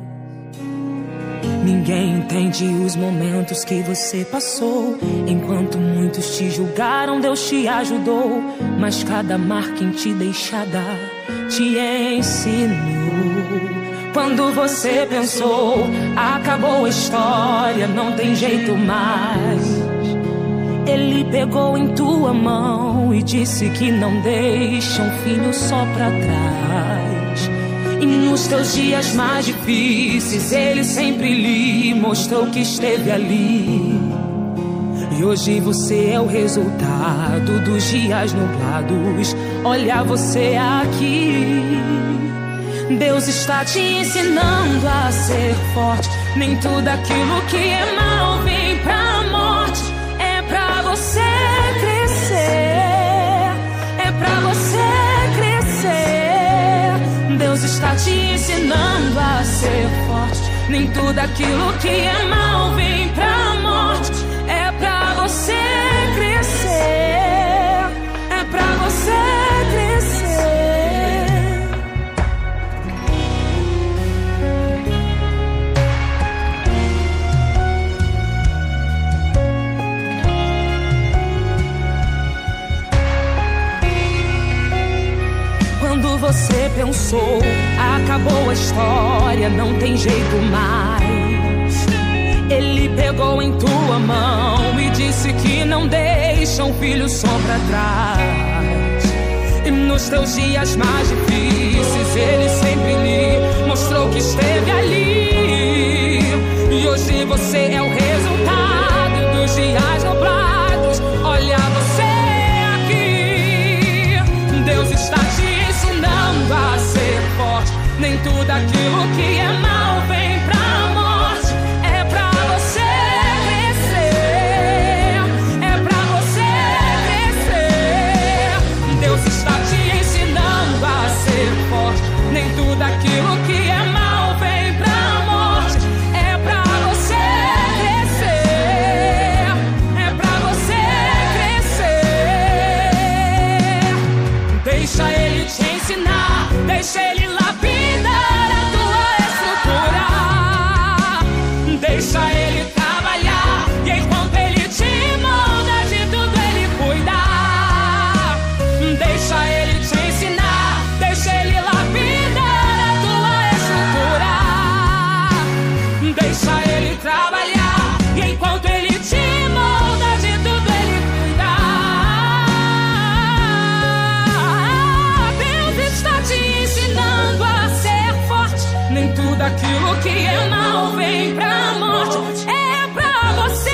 Ninguém entende os momentos que você passou. Enquanto muitos te julgaram, Deus te ajudou. Mas cada marca em ti deixada te ensinou. Quando você pensou, acabou a história, não tem jeito mais, Ele pegou em tua mão e disse que não deixa um filho só pra trás. E nos teus dias mais difíceis, Ele sempre lhe mostrou que esteve ali. E hoje você é o resultado dos dias nublados. Olha você aqui. Deus está te ensinando a ser forte. Nem tudo aquilo que é mal vem pra morte. É pra você crescer, é pra você crescer. Deus está te ensinando a ser forte. Nem tudo aquilo que é mal vem pra morte. É pra você crescer, é pra você crescer. Quando você pensou, acabou a história, não tem jeito mais, Ele pegou em tua mão e disse que não deixa um filho só pra trás. E nos teus dias mais difíceis, Ele sempre lhe mostrou que esteve ali. E hoje você é o resultado dos dias nublados. Olha você aqui. Deus está te ensinando a ser forte. Nem tudo aquilo que é mal vem pra morte. É pra você crescer, é pra você crescer. Deus está te ensinando a ser forte. Nem tudo aquilo que é mal vem pra morte. É pra você crescer, é pra você crescer. Deixa Ele te ensinar, deixa Ele lapidar a tua estrutura. Deixa Ele trabalhar e enquanto Ele te molda, de tudo Ele cuida. Deixa Ele te ensinar, deixa Ele lapidar a tua estrutura. Deixa Ele trabalhar e enquanto Ele te molda, de tudo Ele cuida. Deus está te ensinando a ser forte. Nem tudo aquilo que é mal vem pra morte. É pra você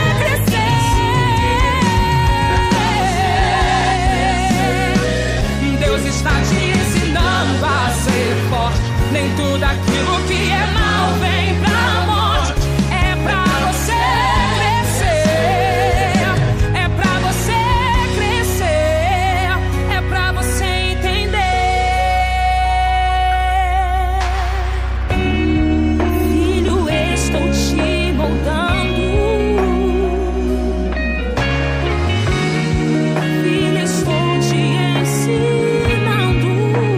crescer. Deus está te ensinando a ser forte. Nem tudo aquilo que é mal vem pra morte. É pra você crescer, é pra você crescer, é pra você entender. Filho, estou te moldando. Filho, estou te ensinando.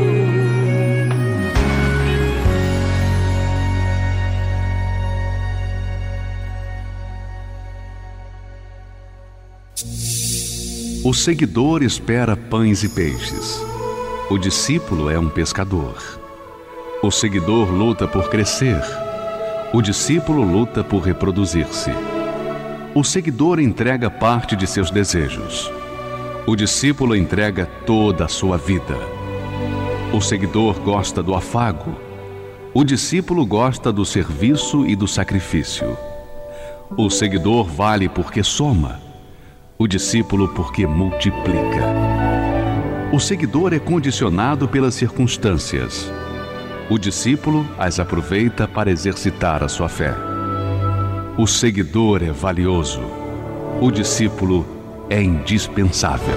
O seguidor espera pães e peixes. O discípulo é um pescador. O seguidor luta por crescer. O discípulo luta por reproduzir-se. O seguidor entrega parte de seus desejos. O discípulo entrega toda a sua vida. O seguidor gosta do afago. O discípulo gosta do serviço e do sacrifício. O seguidor vale porque soma. O discípulo porque multiplica. O seguidor é condicionado pelas circunstâncias. O discípulo as aproveita para exercitar a sua fé. O seguidor é valioso. O discípulo é indispensável.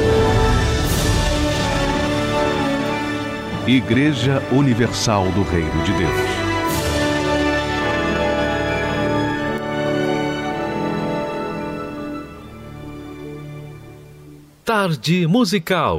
Igreja Universal do Reino de Deus. Tarde Musical.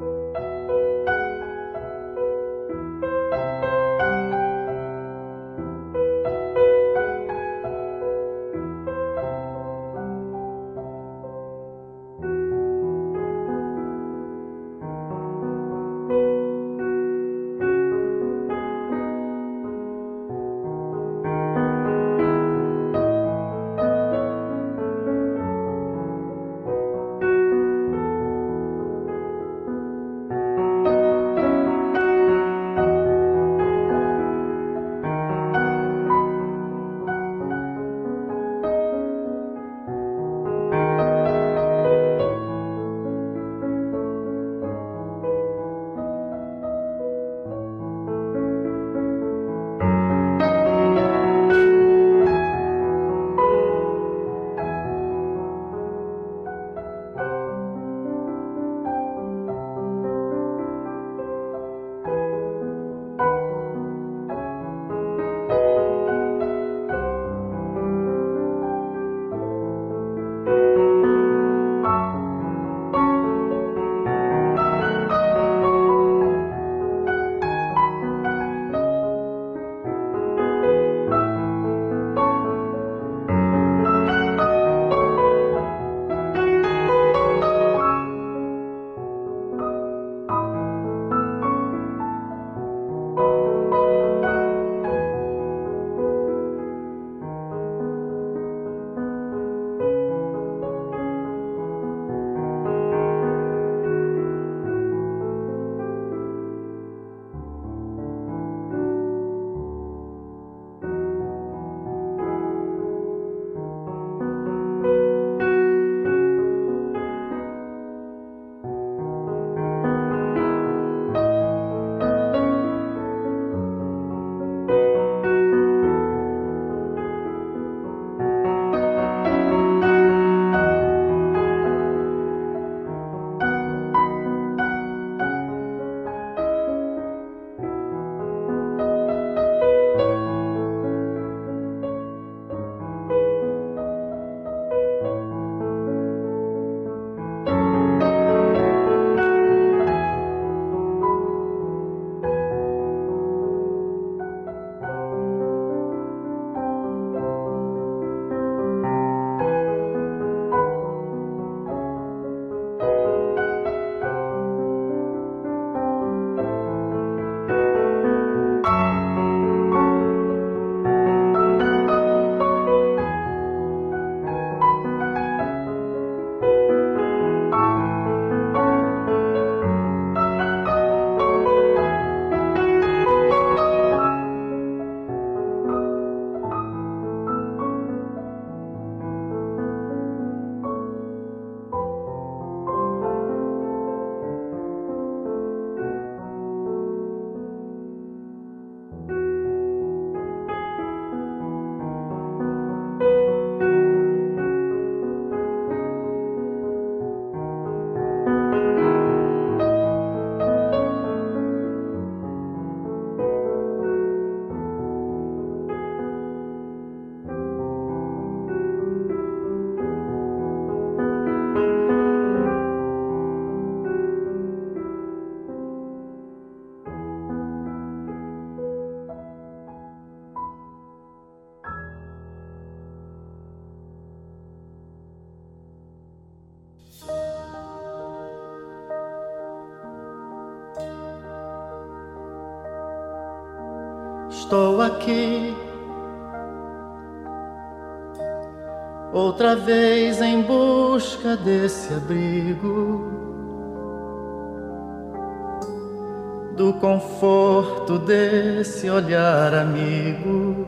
Estou aqui outra vez em busca desse abrigo, do conforto desse olhar amigo,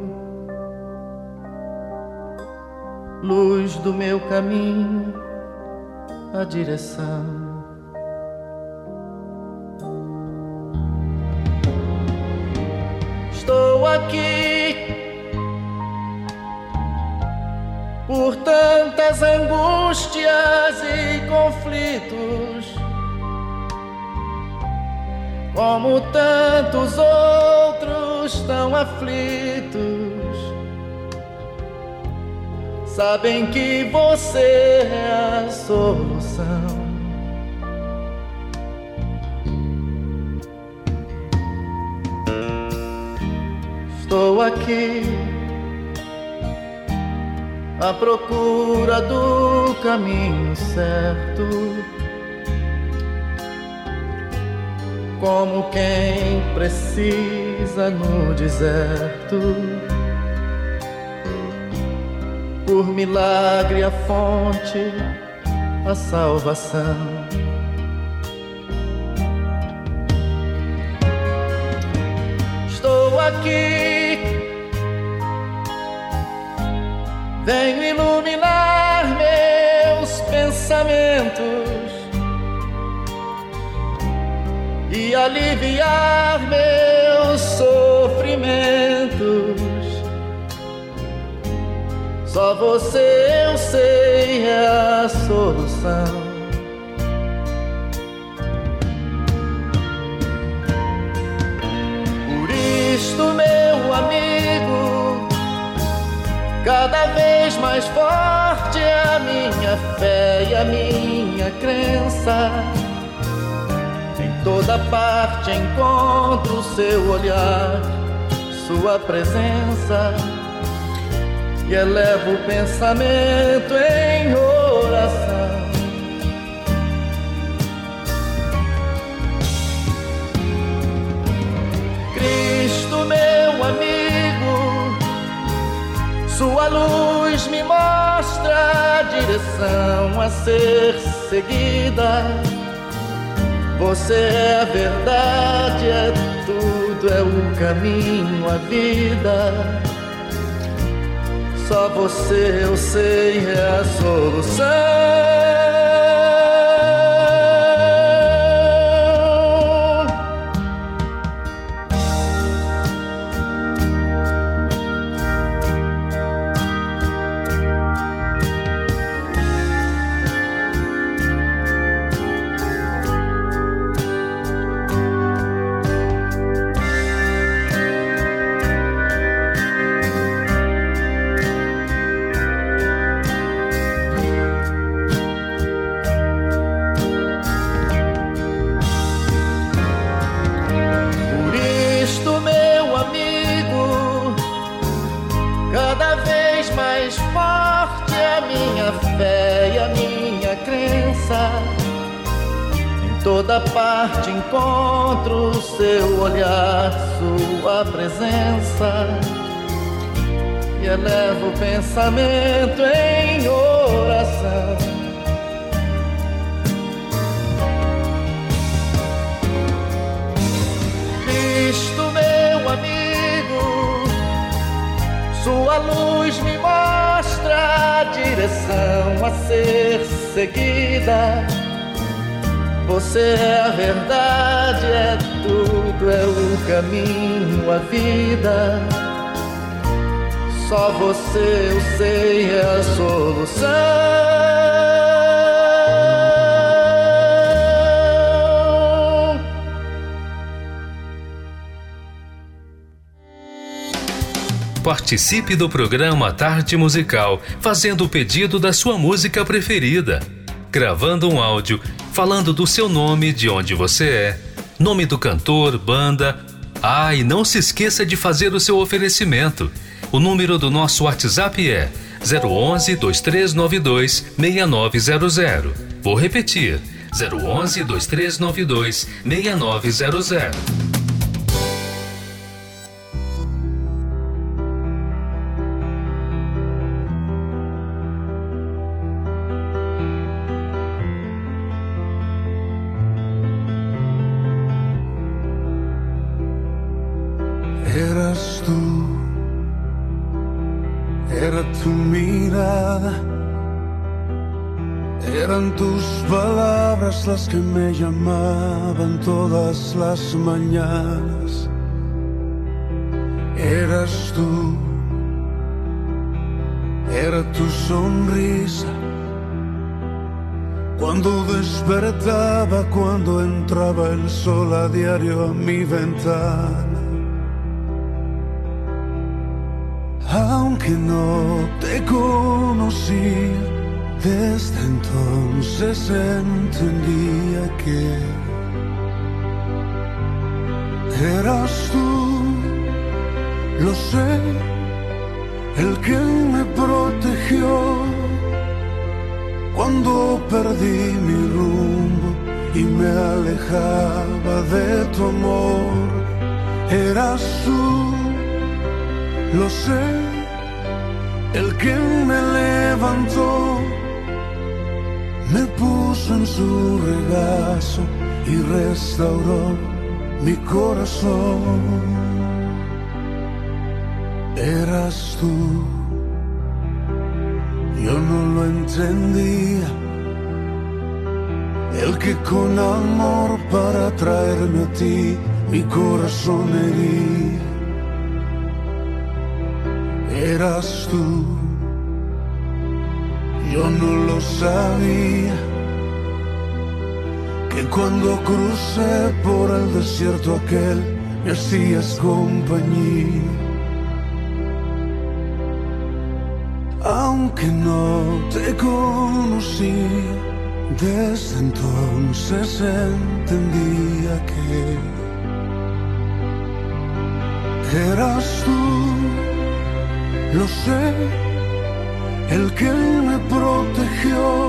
luz do meu caminho, a direção. Estou aqui por tantas angústias e conflitos, como tantos outros tão aflitos. Sabem que você é a solução. aqui à procura do caminho certo, como quem precisa no deserto. Por milagre a fonte, a salvação. Estou aqui, venho iluminar meus pensamentos e aliviar meus sofrimentos. Só você, eu sei, é a solução. Por isto, meu amigo, cada vez mais forte é a minha fé e a minha crença. Em toda parte encontro seu olhar, sua presença, e elevo o pensamento em oração. Cristo, meu amigo, sua luz me mostra a direção a ser seguida. Você é a verdade, é tudo, é o caminho, a vida. Só você, eu sei, é a solução. Em toda parte encontro seu olhar, sua presença, e elevo o pensamento em oração. Cristo, meu amigo, sua luz me mostra a direção a ser seguida. Você é a verdade, é tudo, é o caminho, a vida. Só você, eu sei, é a solução. Participe do programa Tarde Musical, fazendo o pedido da sua música preferida, gravando um áudio, falando do seu nome, de onde você é, nome do cantor, banda. Ah, e não se esqueça de fazer o seu oferecimento. O número do nosso WhatsApp é zero onze, dois três nove dois, seis nove zero zero. Vou repetir, zero onze, dois três nove dois, seis nove zero zero. Eras tú, era tu mirada, eran tus palabras las que me llamaban todas las mañanas. Eras tú, era tu sonrisa, cuando despertaba, cuando entraba el sol a diario a mi ventana. Aunque no te conocía, desde entonces entendía que eras tú, Lo sé, el que me protegió cuando perdí mi rumbo y me alejaba de tu amor. Eras tú, lo sé, el que me levantó, me puso en su regazo y restauró mi corazón. Eras tú, yo no lo entendía, el que con amor para traerme a ti mi corazón hería. Eras tú, yo no lo sabía, que cuando crucé por el desierto aquel me hacías compañía. Aunque no te conocí, desde entonces entendía que eras tú, lo sé, el que me protegió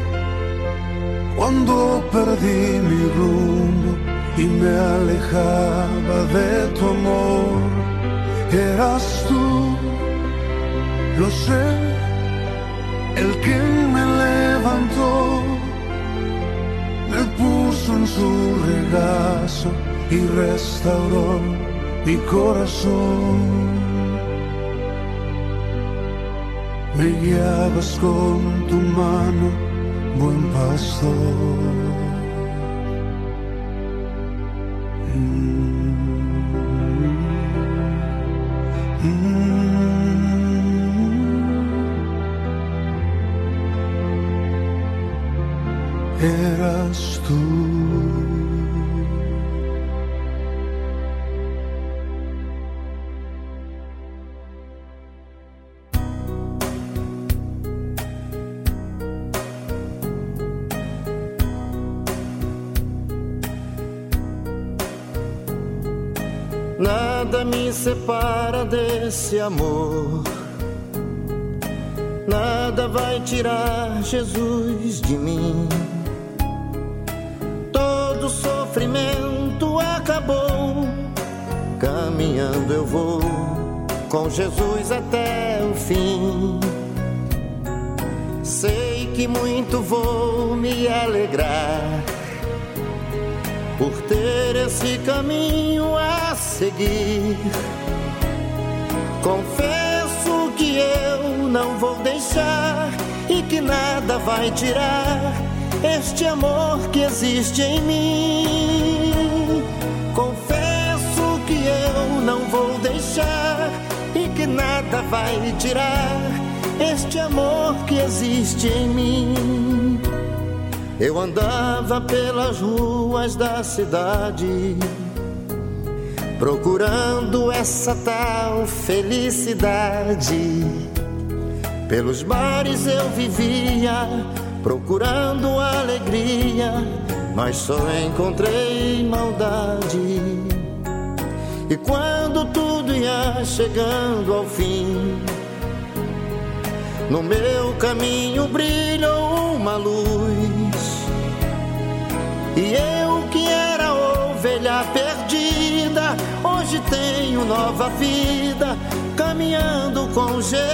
cuando perdí mi rumbo y me alejaba de tu amor. Eras tú, lo sé, el que me levantó, me puso en su regazo y restauró mi corazón. Me guiabas con tu mano, buen pastor. Eras tú. Nada me separa desse amor, nada vai tirar Jesus de mim. Todo sofrimento acabou, caminhando eu vou com Jesus até o fim. Sei que muito vou me alegrar por ter esse caminho a seguir. Confesso que eu não vou deixar e que nada vai tirar este amor que existe em mim. Confesso que eu não vou deixar e que nada vai tirar este amor que existe em mim. Eu andava pelas ruas da cidade, procurando essa tal felicidade. Pelos bares eu vivia, procurando alegria, mas só encontrei maldade. E quando tudo ia chegando ao fim, no meu caminho brilhou uma luz. E eu que era ovelha perdida, hoje tenho nova vida, caminhando com Jesus.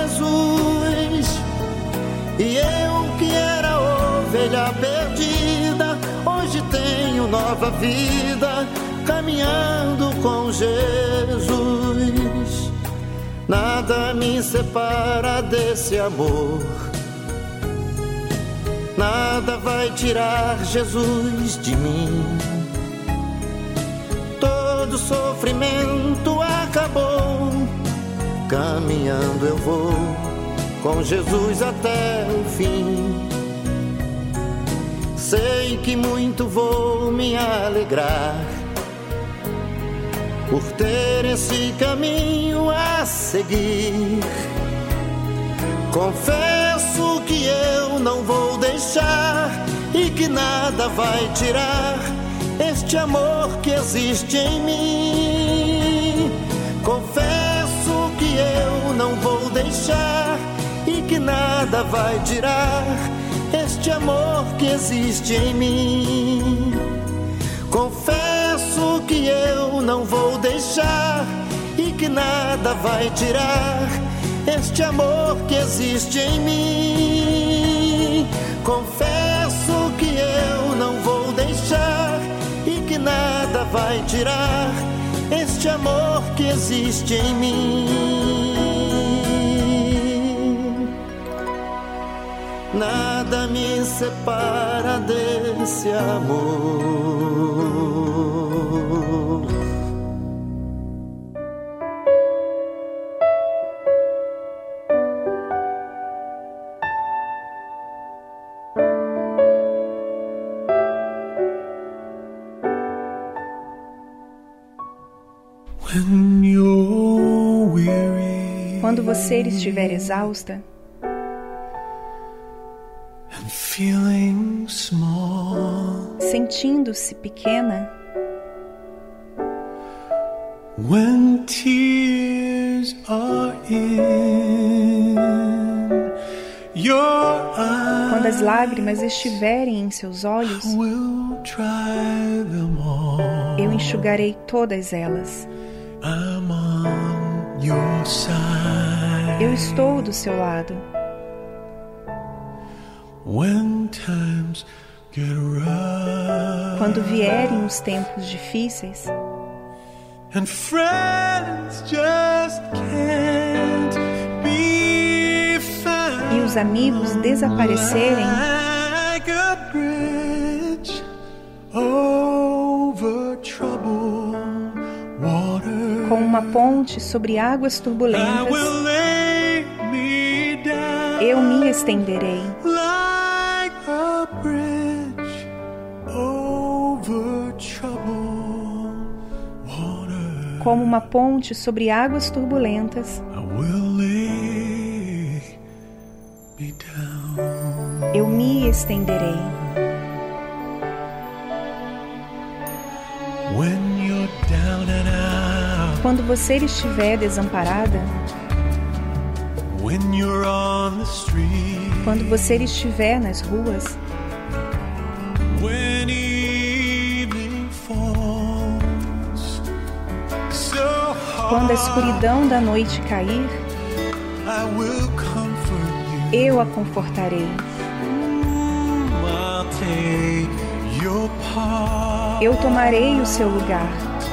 E eu que era ovelha perdida, hoje tenho nova vida, caminhando com Jesus. Nada me separa desse amor, nada vai tirar Jesus de mim. Todo sofrimento acabou, caminhando eu vou com Jesus até o fim. Sei que muito vou me alegrar por ter esse caminho a seguir. Confesso que eu não vou deixar e que nada vai tirar este amor que existe em mim. Confesso não vou deixar e que nada vai tirar este amor que existe em mim. Confesso que eu não vou deixar e que nada vai tirar este amor que existe em mim. Confesso que eu não vou deixar e que nada vai tirar este amor que existe em mim. Nada me separa desse amor. Quando você estiver exausta sentindo-se pequena, when tears are in your eyes, quando as lágrimas estiverem em seus olhos, eu enxugarei todas elas. I'm on your side. Eu estou do seu lado. When times get rough, quando vierem os tempos difíceis, and friends just can't be found, e os amigos desaparecerem, like a bridge over troubled water, com uma ponte sobre águas turbulentas, eu me estenderei. like a bridge over troubled water, como uma ponte sobre águas turbulentas, I will lay me down. eu me estenderei. When you're down and out, quando você estiver desamparada, when you're on the street, quando você estiver nas ruas, when evening falls so hard, quando a escuridão da noite cair, I will comfort you. eu a confortarei. I'll take your part. Eu tomarei o seu lugar.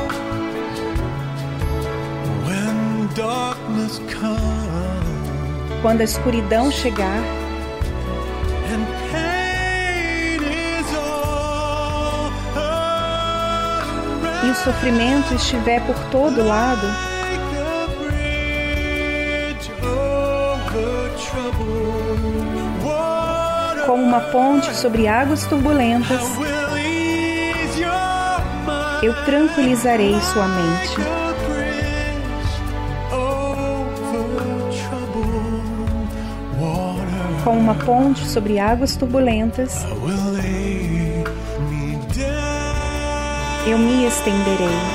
When darkness comes, quando a escuridão chegar, and pain is all around, e o sofrimento estiver por todo lado, like a bridge over troubled water, como uma ponte sobre águas turbulentas, I will ease your mind, eu tranquilizarei sua mente. like a bridge over troubled water, Com uma ponte sobre águas turbulentas, I will lay me down. eu me estenderei.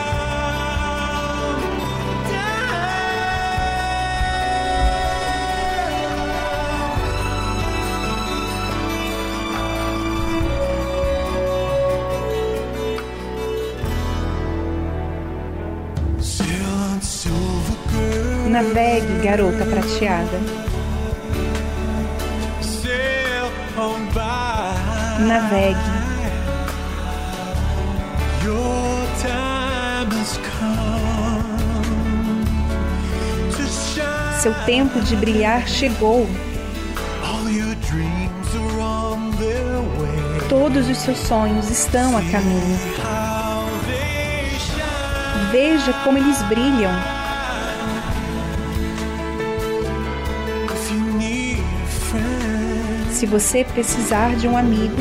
Navegue, garota prateada. Navegue. Seu tempo de brilhar chegou. Todos os seus sonhos estão a caminho. Veja como eles brilham. Se você precisar de um amigo,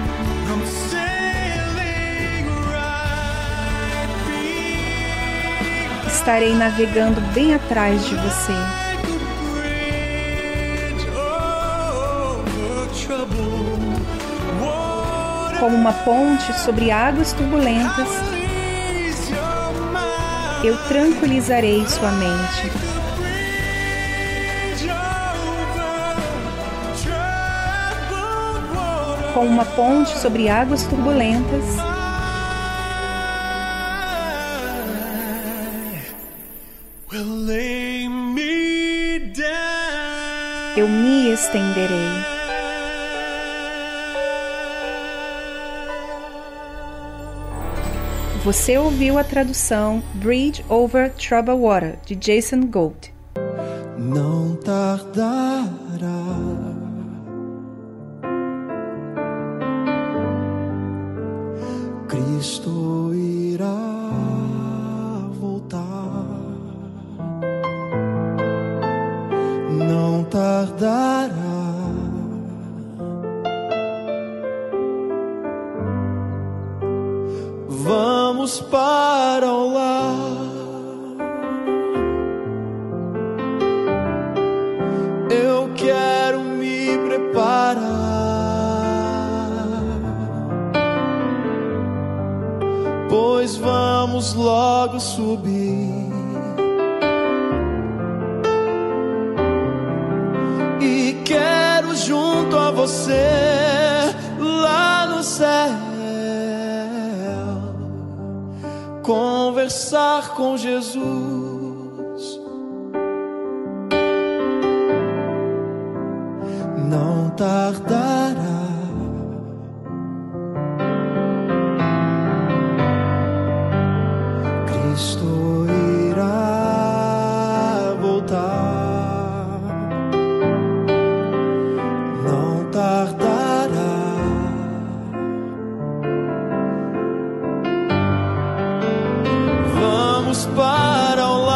estarei navegando bem atrás de você. Como uma ponte sobre águas turbulentas, eu tranquilizarei sua mente. como uma ponte sobre águas turbulentas. Eu me estenderei. Você ouviu a tradução Bridge Over Troubled Water, de Jason Gould. Não tardará, Cristo irá voltar. Não tardará, vamos para o lar. Eu quero me preparar, pois vamos logo subir e quero junto a você lá no céu conversar com Jesus. Não tardará, Cristo irá voltar. Não tardará, vamos para o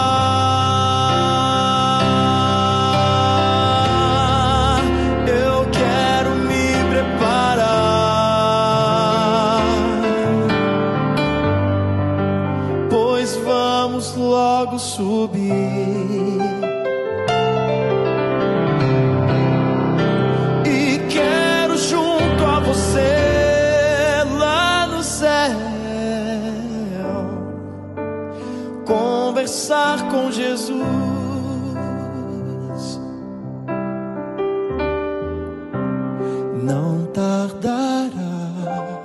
lar. Eu quero me preparar, pois vamos logo subir e quero junto a você lá no céu conversar com Jesus. Não tardará,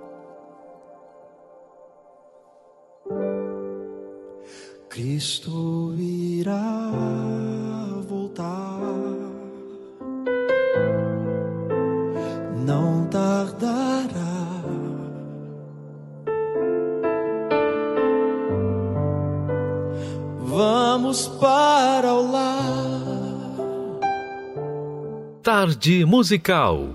Cristo irá voltar. Não tardará, vamos para o lar. Tarde musical.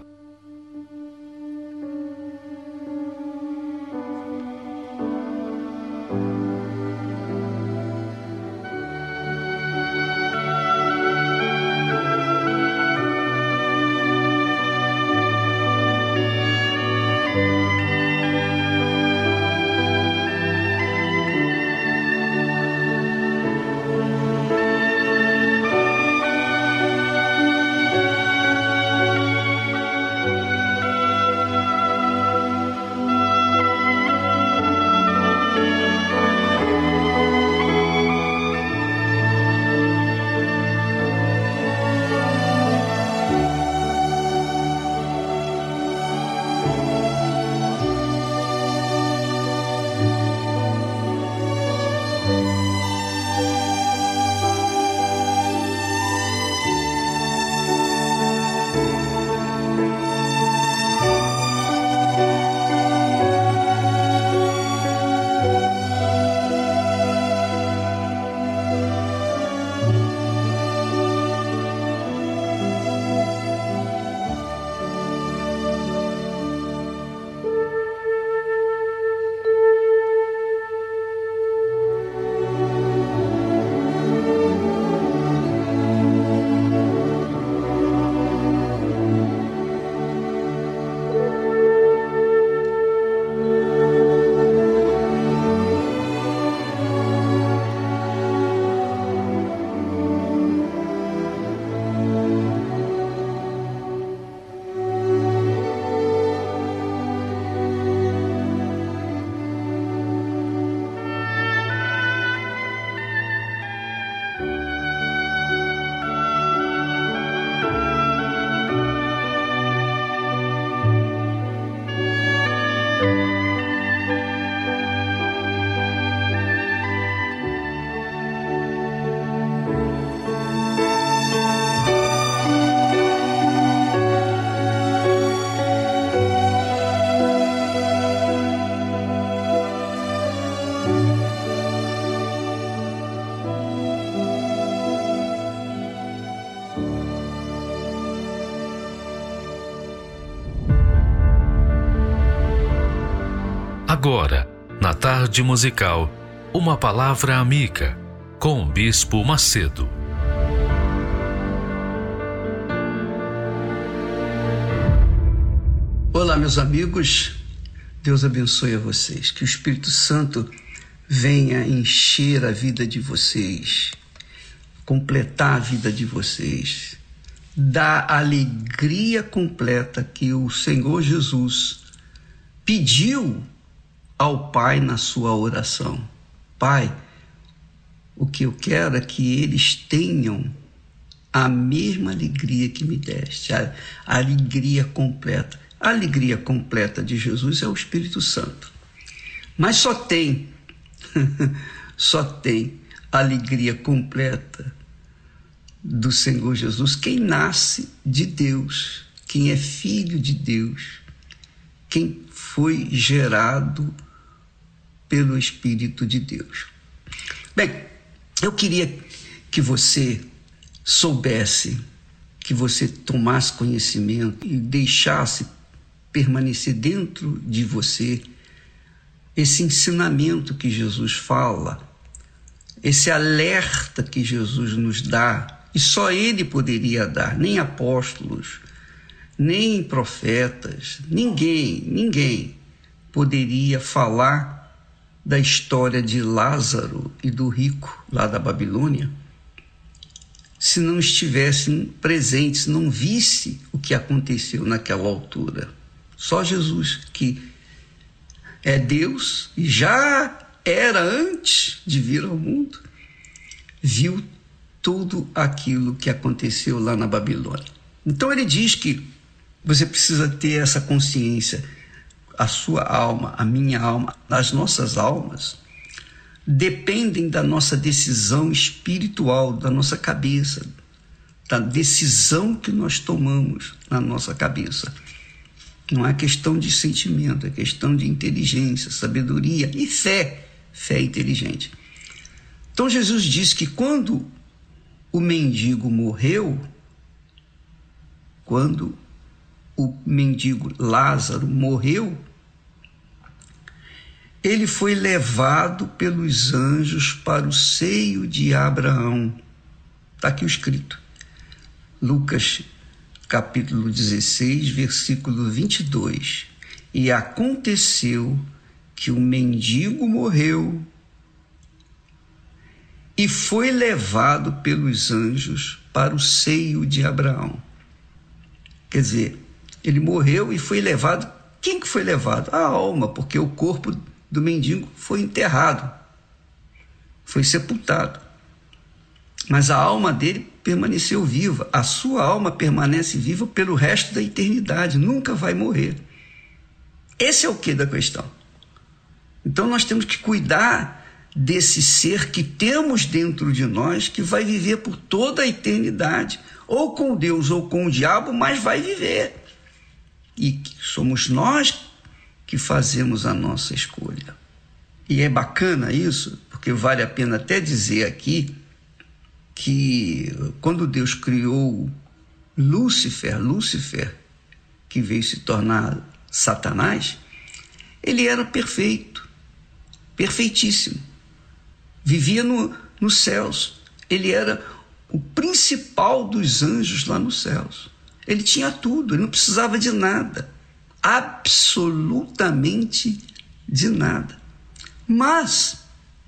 Agora, na tarde musical, uma palavra amiga, com o Bispo Macedo. Olá, meus amigos, Deus abençoe a vocês, que o Espírito Santo venha encher a vida de vocês, completar a vida de vocês, dar a alegria completa que o Senhor Jesus pediu ao Pai na sua oração. Pai, o que eu quero é que eles tenham a mesma alegria que me deste, a, a alegria completa. A alegria completa de Jesus é o Espírito Santo. Mas só tem, só tem alegria completa do Senhor Jesus quem nasce de Deus, quem é filho de Deus, quem foi gerado pelo Espírito de Deus. Bem, eu queria que você soubesse, que você tomasse conhecimento e deixasse permanecer dentro de você esse ensinamento que Jesus fala, esse alerta que Jesus nos dá, e só Ele poderia dar, nem apóstolos, nem profetas, ninguém, ninguém poderia falar da história de Lázaro e do rico lá da Babilônia se não estivessem presentes, se não visse o que aconteceu naquela altura. Só Jesus, que é Deus e já era antes de vir ao mundo, viu tudo aquilo que aconteceu lá na Babilônia. Então ele diz que você precisa ter essa consciência, a sua alma, a minha alma, as nossas almas dependem da nossa decisão espiritual, da nossa cabeça, da decisão que nós tomamos na nossa cabeça. Não é questão de sentimento, é questão de inteligência, sabedoria e fé, fé inteligente. Então Jesus disse que quando o mendigo morreu, quando o mendigo Lázaro morreu, ele foi levado pelos anjos para o seio de Abraão. Está aqui o escrito. Lucas, capítulo dezesseis, versículo vinte e dois. E aconteceu que o mendigo morreu e foi levado pelos anjos para o seio de Abraão. Quer dizer, ele morreu e foi levado. Quem que foi levado? A alma, porque o corpo do mendigo foi enterrado, foi sepultado. Mas a alma dele permaneceu viva. A sua alma permanece viva pelo resto da eternidade, nunca vai morrer. Esse é o quê da questão? Então nós temos que cuidar desse ser que temos dentro de nós, que vai viver por toda a eternidade, ou com Deus ou com o diabo, mas vai viver. E somos nós que fazemos a nossa escolha. E é bacana isso, porque vale a pena até dizer aqui que quando Deus criou Lúcifer, Lúcifer, que veio se tornar Satanás, ele era perfeito, perfeitíssimo. Vivia no, nos céus. Ele era o principal dos anjos lá nos céus. Ele tinha tudo, ele não precisava de nada. Absolutamente de nada. Mas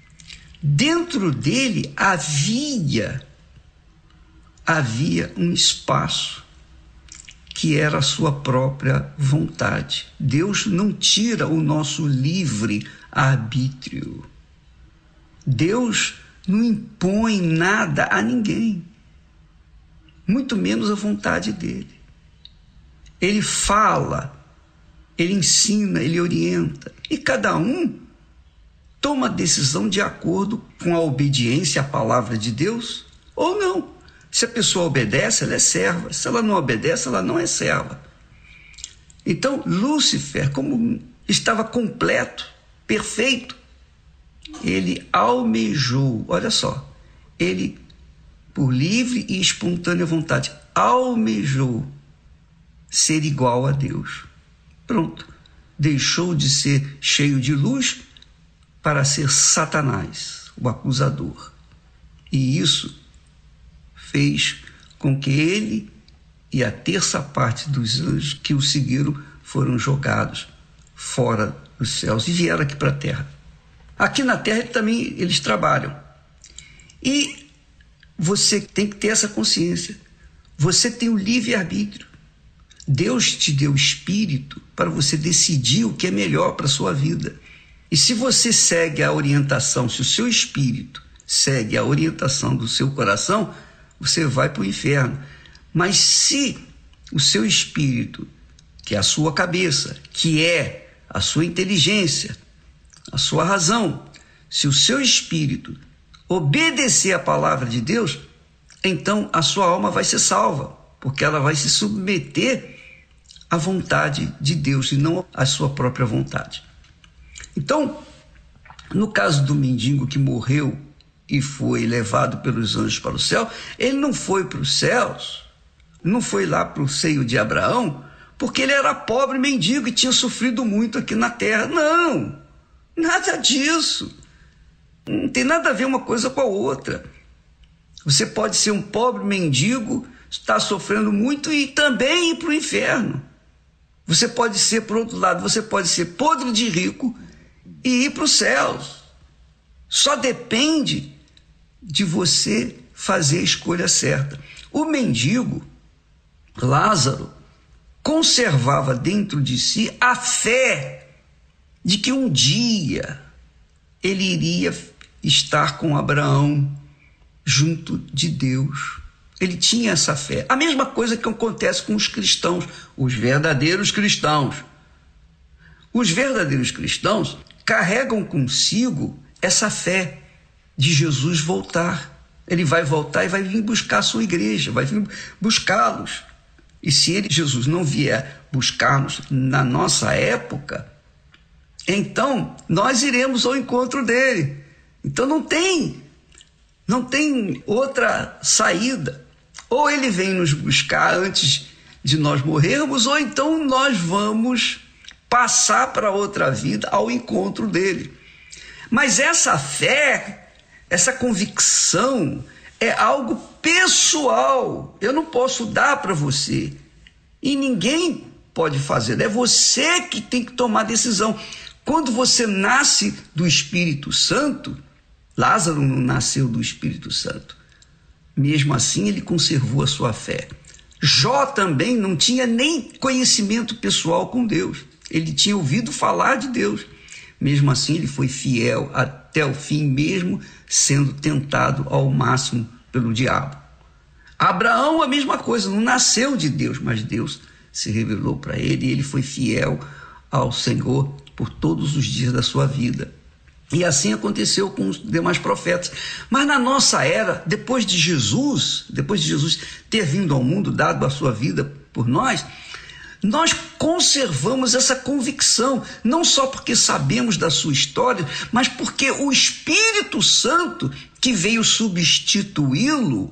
dentro dele havia havia um espaço que era a sua própria vontade. Deus não tira o nosso livre arbítrio. Deus não impõe nada a ninguém, muito menos a vontade dele. Ele fala, ele ensina, ele orienta, e cada um toma a decisão de acordo com a obediência à palavra de Deus ou não. Se a pessoa obedece, ela é serva. Se ela não obedece, ela não é serva. Então, Lúcifer, como estava completo, perfeito, ele almejou, olha só, ele, por livre e espontânea vontade, almejou ser igual a Deus. Pronto. deixou de ser cheio de luz para ser Satanás, o acusador. E isso fez com que ele e a terça parte dos anjos que o seguiram foram jogados fora dos céus e vieram aqui para a terra. Aqui na terra também eles trabalham. E você tem que ter essa consciência. Você tem o livre-arbítrio. Deus te deu o espírito para você decidir o que é melhor para a sua vida. E se você segue a orientação, se o seu espírito segue a orientação do seu coração, você vai para o inferno. Mas se o seu espírito, que é a sua cabeça, que é a sua inteligência, a sua razão, se o seu espírito obedecer à palavra de Deus, então a sua alma vai ser salva, porque ela vai se submeter à vontade de Deus e não à sua própria vontade. Então, no caso do mendigo que morreu e foi levado pelos anjos para o céu, ele não foi para os céus, não foi lá para o seio de Abraão, porque ele era pobre mendigo e tinha sofrido muito aqui na terra. Não, nada disso. Não tem nada a ver uma coisa com a outra. Você pode ser um pobre mendigo, estar sofrendo muito e também ir para o inferno. Você pode ser, por outro lado, você pode ser podre de rico e ir para os céus. Só depende de você fazer a escolha certa. O mendigo, Lázaro, conservava dentro de si a fé de que um dia ele iria estar com Abraão junto de Deus. Ele tinha essa fé. A mesma coisa que acontece com os cristãos, os verdadeiros cristãos. Os verdadeiros cristãos carregam consigo essa fé de Jesus voltar. Ele vai voltar e vai vir buscar a sua igreja, vai vir buscá-los. E se ele, Jesus, não vier buscar-nos na nossa época, então nós iremos ao encontro dele. Então não tem, não tem outra saída. Ou ele vem nos buscar antes de nós morrermos, ou então nós vamos passar para outra vida ao encontro dele. Mas essa fé, essa convicção é algo pessoal. Eu não posso dar para você e ninguém pode fazer. É você que tem que tomar a decisão. Quando você nasce do Espírito Santo, Lázaro não nasceu do Espírito Santo. Mesmo assim, ele conservou a sua fé. Jó também não tinha nem conhecimento pessoal com Deus. Ele tinha ouvido falar de Deus. Mesmo assim, ele foi fiel até o fim, mesmo sendo tentado ao máximo pelo diabo. Abraão, a mesma coisa, não nasceu de Deus, mas Deus se revelou para ele e ele foi fiel ao Senhor por todos os dias da sua vida. E assim aconteceu com os demais profetas. Mas na nossa era, depois de Jesus, depois de Jesus ter vindo ao mundo, dado a sua vida por nós, nós conservamos essa convicção, não só porque sabemos da sua história, mas porque o Espírito Santo que veio substituí-lo,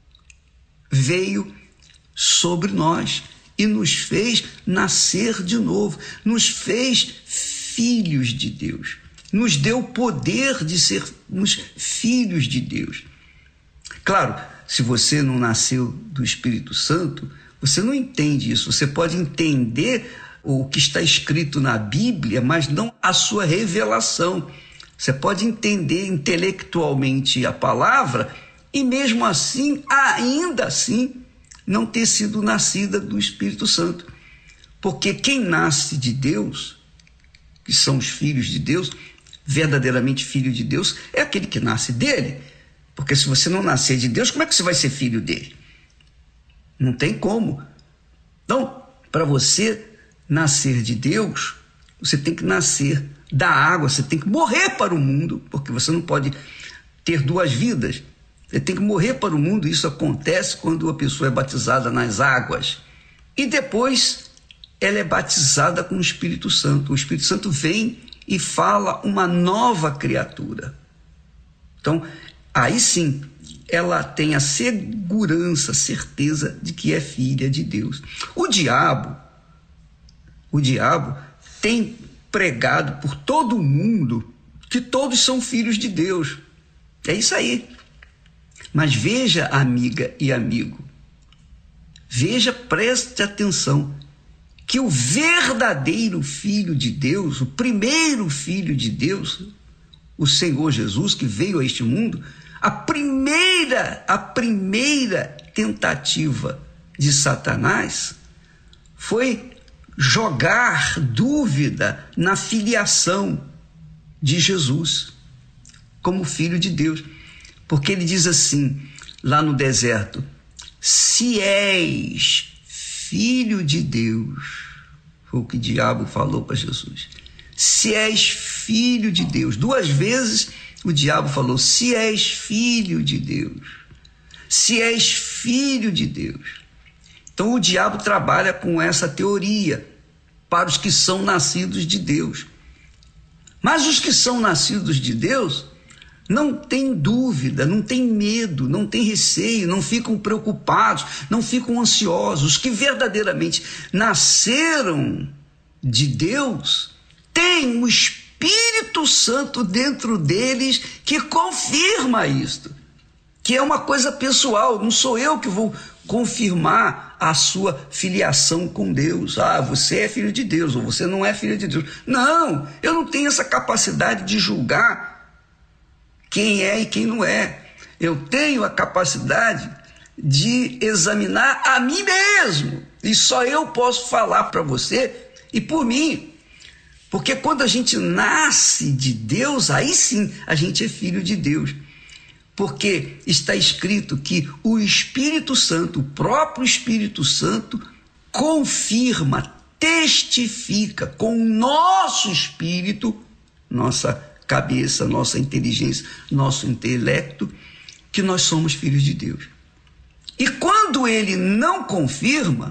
veio sobre nós e nos fez nascer de novo, nos fez filhos de Deus. Nos deu o poder de sermos filhos de Deus. Claro, se você não nasceu do Espírito Santo, você não entende isso. Você pode entender o que está escrito na Bíblia, mas não a sua revelação. Você pode entender intelectualmente a palavra e mesmo assim, ainda assim, não ter sido nascida do Espírito Santo. Porque quem nasce de Deus, que são os filhos de Deus, verdadeiramente filho de Deus, é aquele que nasce dele. Porque se você não nascer de Deus, como é que você vai ser filho dele? Não tem como. Então, para você nascer de Deus, você tem que nascer da água, você tem que morrer para o mundo, porque você não pode ter duas vidas. Você tem que morrer para o mundo, isso acontece quando a pessoa é batizada nas águas. E depois ela é batizada com o Espírito Santo. O Espírito Santo vem e fala uma nova criatura. Então, aí sim, ela tem a segurança, certeza de que é filha de Deus. O diabo, o diabo tem pregado por todo o mundo que todos são filhos de Deus. É isso aí. Mas veja, amiga e amigo, veja, preste atenção, que o verdadeiro Filho de Deus, o primeiro Filho de Deus, o Senhor Jesus, que veio a este mundo, a primeira, a primeira tentativa de Satanás foi jogar dúvida na filiação de Jesus como Filho de Deus. Porque ele diz assim, lá no deserto: se és filho de Deus, foi o que o diabo falou para Jesus. Se és filho de Deus. Duas vezes o diabo falou: se és filho de Deus. Se és filho de Deus. Então o diabo trabalha com essa teoria para os que são nascidos de Deus. Mas os que são nascidos de Deus não têm dúvida, não têm medo, não têm receio, não ficam preocupados, não ficam ansiosos. Os que verdadeiramente nasceram de Deus têm o Espírito Santo dentro deles que confirma isto, que é uma coisa pessoal. Não sou eu que vou confirmar a sua filiação com Deus. Ah, você é filho de Deus ou você não é filho de Deus. Não, eu não tenho essa capacidade de julgar quem é e quem não é. Eu tenho a capacidade de examinar a mim mesmo, e só eu posso falar para você e por mim, porque quando a gente nasce de Deus, aí sim a gente é filho de Deus, porque está escrito que o Espírito Santo, o próprio Espírito Santo, confirma, testifica com o nosso espírito, nossa cabeça, nossa inteligência, nosso intelecto, que nós somos filhos de Deus. E quando ele não confirma,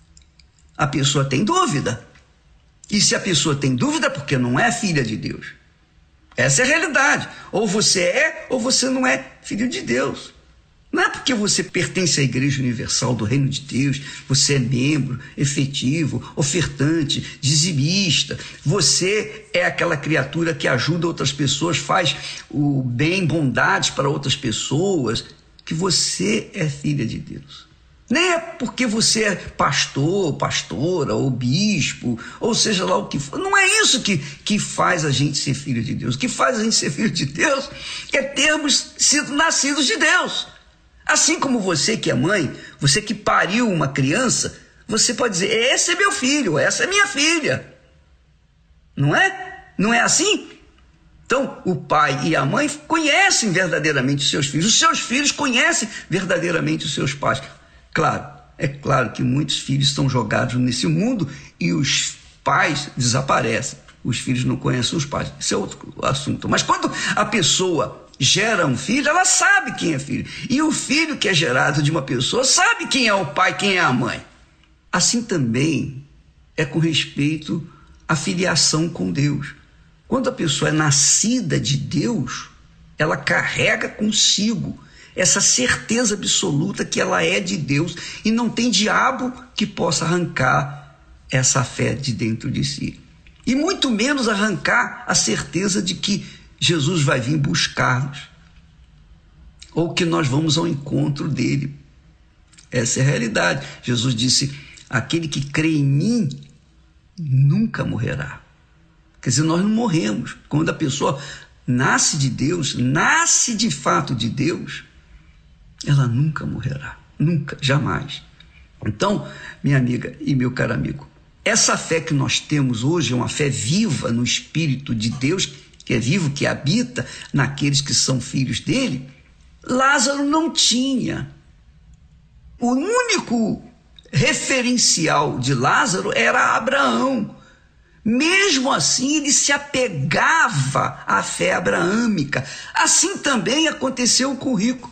a pessoa tem dúvida. E se a pessoa tem dúvida, é porque não é filha de Deus. Essa é a realidade. Ou você é, ou você não é filho de Deus. Não é porque você pertence à Igreja Universal do Reino de Deus, você é membro, efetivo, ofertante, dizimista, você é aquela criatura que ajuda outras pessoas, faz o bem, bondades para outras pessoas, que você é filha de Deus. Nem é porque você é pastor, pastora, ou bispo, ou seja lá o que for. Não é isso que, que faz a gente ser filho de Deus. O que faz a gente ser filho de Deus é termos sido nascidos de Deus. Assim como você que é mãe, você que pariu uma criança, você pode dizer: esse é meu filho, essa é minha filha. Não é? Não é assim? Então, o pai e a mãe conhecem verdadeiramente os seus filhos. Os seus filhos conhecem verdadeiramente os seus pais. Claro, é claro que muitos filhos estão jogados nesse mundo e os pais desaparecem. Os filhos não conhecem os pais. Isso é outro assunto. Mas quando a pessoa gera um filho, ela sabe quem é filho. E o filho que é gerado de uma pessoa sabe quem é o pai, quem é a mãe. Assim também é com respeito à filiação com Deus. Quando a pessoa é nascida de Deus, ela carrega consigo essa certeza absoluta que ela é de Deus e não tem diabo que possa arrancar essa fé de dentro de si. E muito menos arrancar a certeza de que Jesus vai vir buscar-nos, ou que nós vamos ao encontro dele. Essa é a realidade. Jesus disse: aquele que crê em mim nunca morrerá. Quer dizer, nós não morremos. Quando a pessoa nasce de Deus, nasce de fato de Deus, ela nunca morrerá. Nunca, jamais. Então, minha amiga e meu caro amigo, essa fé que nós temos hoje é uma fé viva no Espírito de Deus, que é vivo, que habita naqueles que são filhos dele. Lázaro não tinha. O único referencial de Lázaro era Abraão. Mesmo assim, ele se apegava à fé abraâmica. Assim também aconteceu com o rico.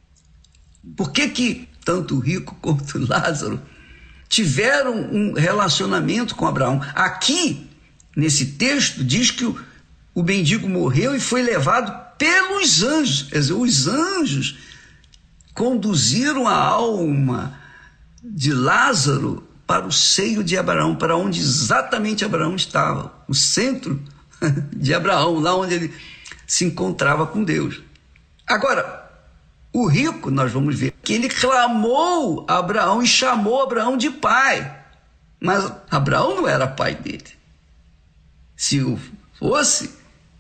Por que que tanto o rico quanto o Lázaro tiveram um relacionamento com Abraão? Aqui, nesse texto, diz que o O mendigo morreu e foi levado pelos anjos. Quer dizer, os anjos conduziram a alma de Lázaro para o seio de Abraão, para onde exatamente Abraão estava, o centro de Abraão, lá onde ele se encontrava com Deus. Agora, o rico, nós vamos ver que ele clamou a Abraão e chamou Abraão de pai, mas Abraão não era pai dele. Se o fosse,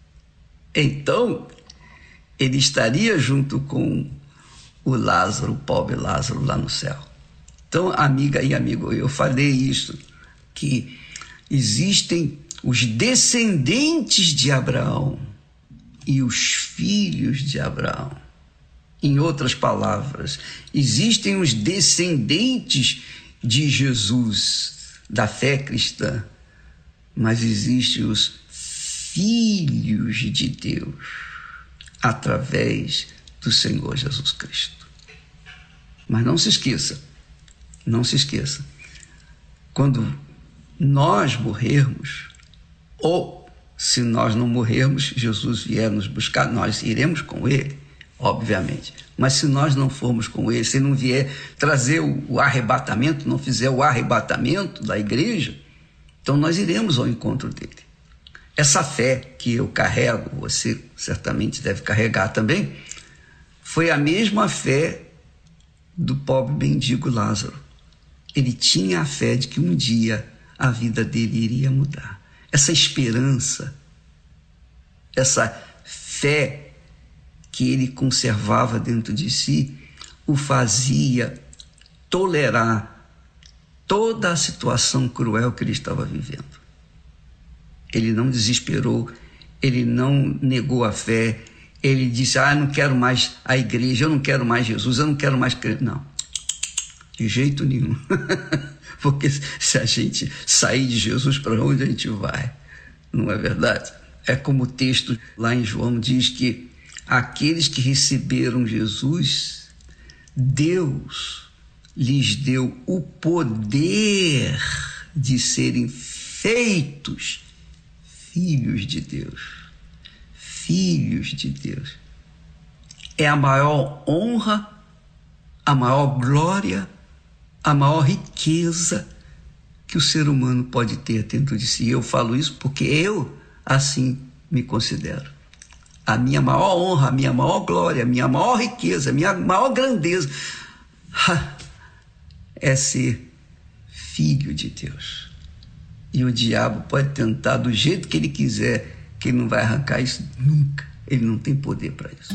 então ele estaria junto com o Lázaro, o pobre Lázaro lá no céu. Então, amiga e amigo, eu falei isso, que existem os descendentes de Abraão e os filhos de Abraão. Em outras palavras, existem os descendentes de Jesus, da fé cristã, mas existem os filhos de Deus, através do Senhor Jesus Cristo. Mas não se esqueça, não se esqueça, quando nós morrermos, ou se nós não morrermos, Jesus vier nos buscar, nós iremos com Ele, obviamente. Mas se nós não formos com Ele, se Ele não vier trazer o, o arrebatamento, não fizer o arrebatamento da igreja, então nós iremos ao encontro dele. Essa fé que eu carrego, você certamente deve carregar também, foi a mesma fé do pobre mendigo Lázaro. Ele tinha a fé de que um dia a vida dele iria mudar. Essa esperança, essa fé que ele conservava dentro de si, o fazia tolerar toda a situação cruel que ele estava vivendo. Ele não desesperou, ele não negou a fé, ele disse, ah, eu não quero mais a igreja, eu não quero mais Jesus, eu não quero mais crer. Não, de jeito nenhum. Porque se a gente sair de Jesus, para onde a gente vai? Não é verdade? É como o texto lá em João diz que aqueles que receberam Jesus, Deus lhes deu o poder de serem feitos filhos de Deus. Filhos de Deus. É a maior honra, a maior glória, a maior riqueza que o ser humano pode ter dentro de si. Eu falo isso porque eu assim me considero. A minha maior honra, a minha maior glória, a minha maior riqueza, a minha maior grandeza é ser filho de Deus. E o diabo pode tentar do jeito que ele quiser, que ele não vai arrancar isso nunca. Ele não tem poder para isso.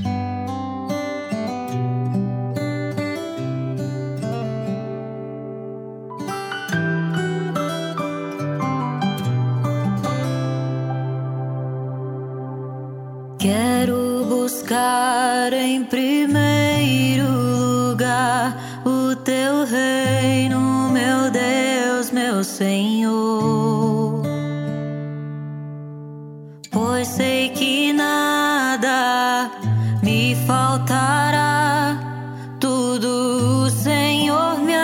Quero buscar em primeiro lugar o teu reino, meu Deus, meu Senhor, pois sei que nada me faltará, tudo o Senhor me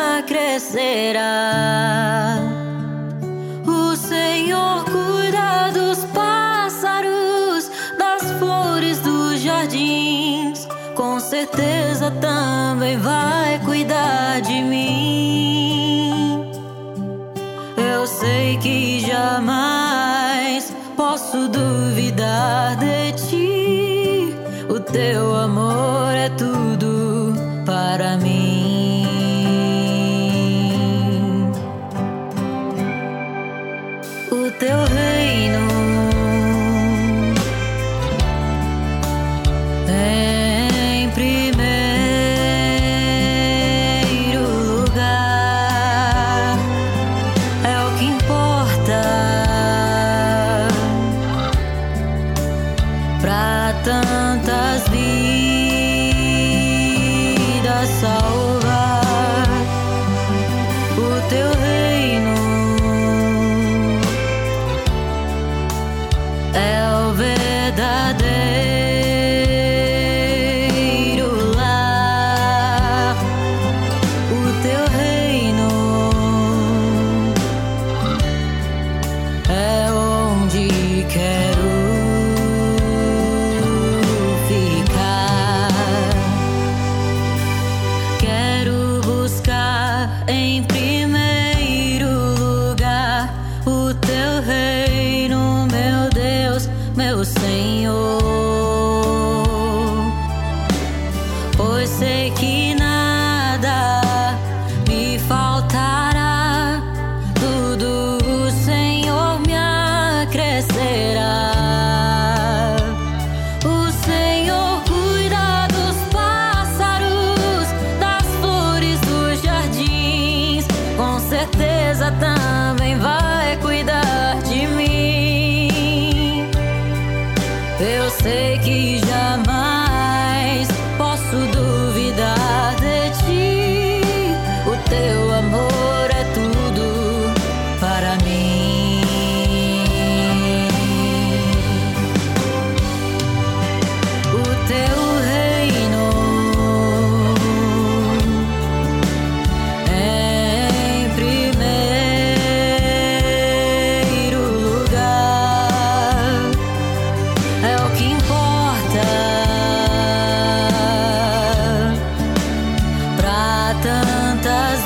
acrescerá. O Senhor cuida dos pássaros, das flores dos jardins, com certeza também vai cuidar de mim. Eu sei que jamais posso duvidar de ti, o teu amor é tudo para mim. O teu reino em primeiro lugar é o que importa para tantas vidas salvar. O teu reino também vai cuidar de mim. Eu sei que jamais posso duvidar de ti. O teu amor é tudo para mim. O teu reino é em primeiro lugar, é o que importa pra tantas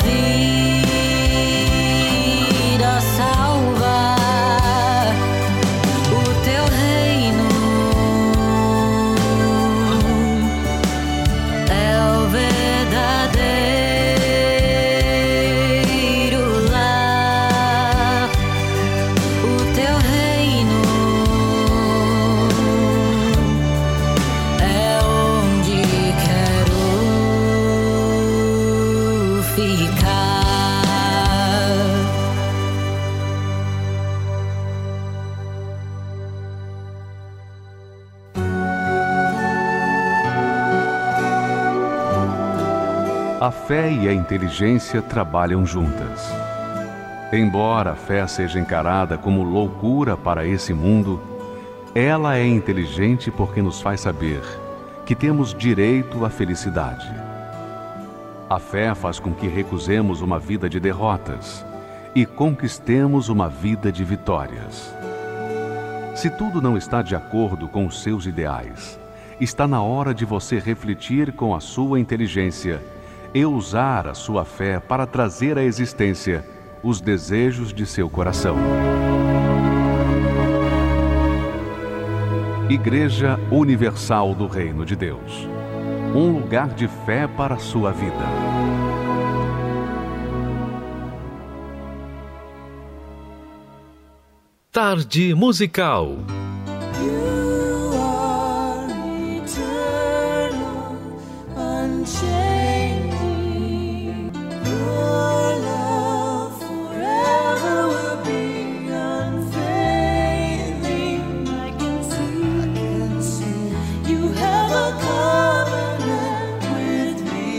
vidas salvar. O teu reino é o verdadeiro lar. O teu reino é onde quero ficar. A fé e a inteligência trabalham juntas. Embora a fé seja encarada como loucura para esse mundo, ela é inteligente porque nos faz saber que temos direito à felicidade. A fé faz com que recusemos uma vida de derrotas e conquistemos uma vida de vitórias. Se tudo não está de acordo com os seus ideais, está na hora de você refletir com a sua inteligência e usar a sua fé para trazer à existência os desejos de seu coração. Igreja Universal do Reino de Deus. Um lugar de fé para a sua vida. Tarde Musical. You are eternal, unchanging. Your love forever will be unfailing. I can see, I can see you have a covenant with me.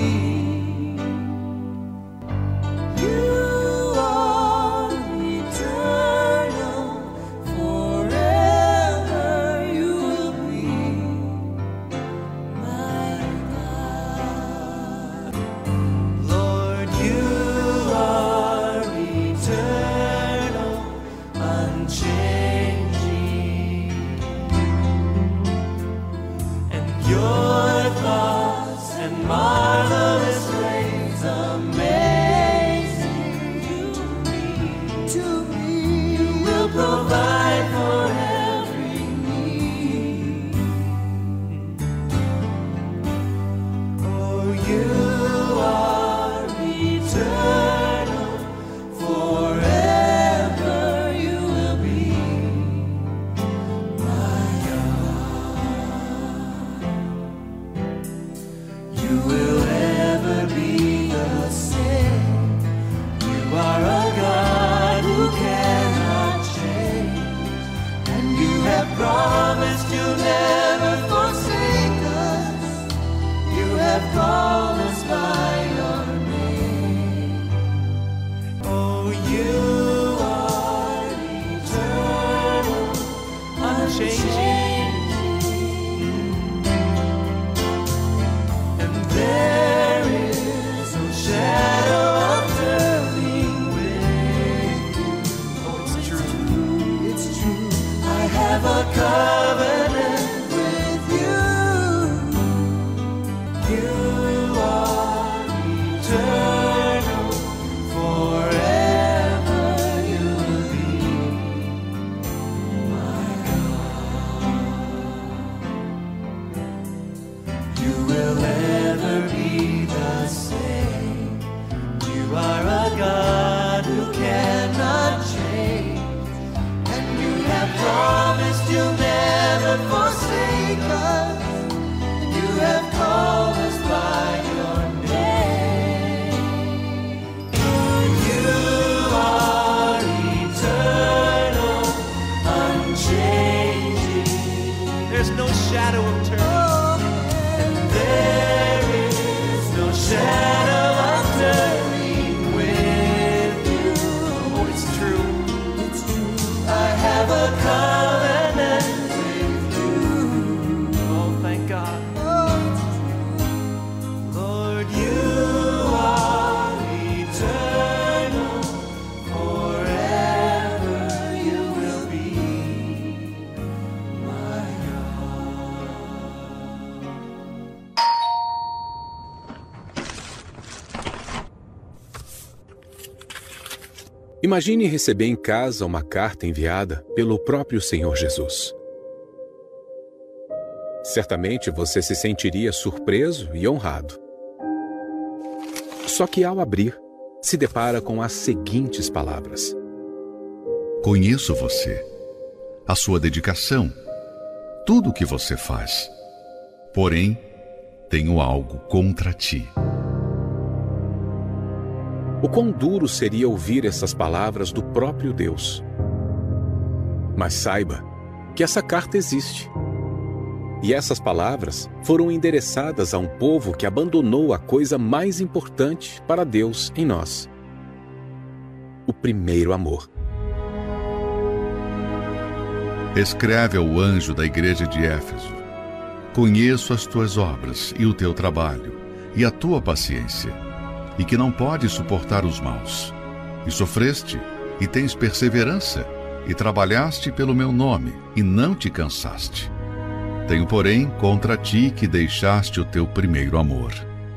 You are eternal, forever you will be my God. Lord, you are eternal, unchanging, and your thoughts and marvelous ways amazing to me. To me, you will provide for every need. Oh, you are eternal, forever you will be my God. You will ever be the same. You are a God who cannot change, and you have promised you'll never forsake us. You have called us by your name. Oh, you are eternal, unchanging, and there is no shadow of turning with you. Oh, it's true, it's true. I have a covenant with you. You are eternal, forever you will be my God. You will ever be the same. You are a God who cannot change, and you have promised you'll never forsake us. You have called us by your name. You are Imagine receber em casa uma carta enviada pelo próprio Senhor Jesus. Certamente você se sentiria surpreso e honrado. Só que ao abrir, se depara com as seguintes palavras: Conheço você, a sua dedicação, tudo o que você faz. Porém, tenho algo contra ti. O quão duro seria ouvir essas palavras do próprio Deus. Mas saiba que essa carta existe. E essas palavras foram endereçadas a um povo que abandonou a coisa mais importante para Deus em nós: o primeiro amor. Escreve ao anjo da igreja de Éfeso: Conheço as tuas obras e o teu trabalho e a tua paciência, e que não podes suportar os maus. E sofreste, e tens perseverança, e trabalhaste pelo meu nome, e não te cansaste. Tenho, porém, contra ti que deixaste o teu primeiro amor.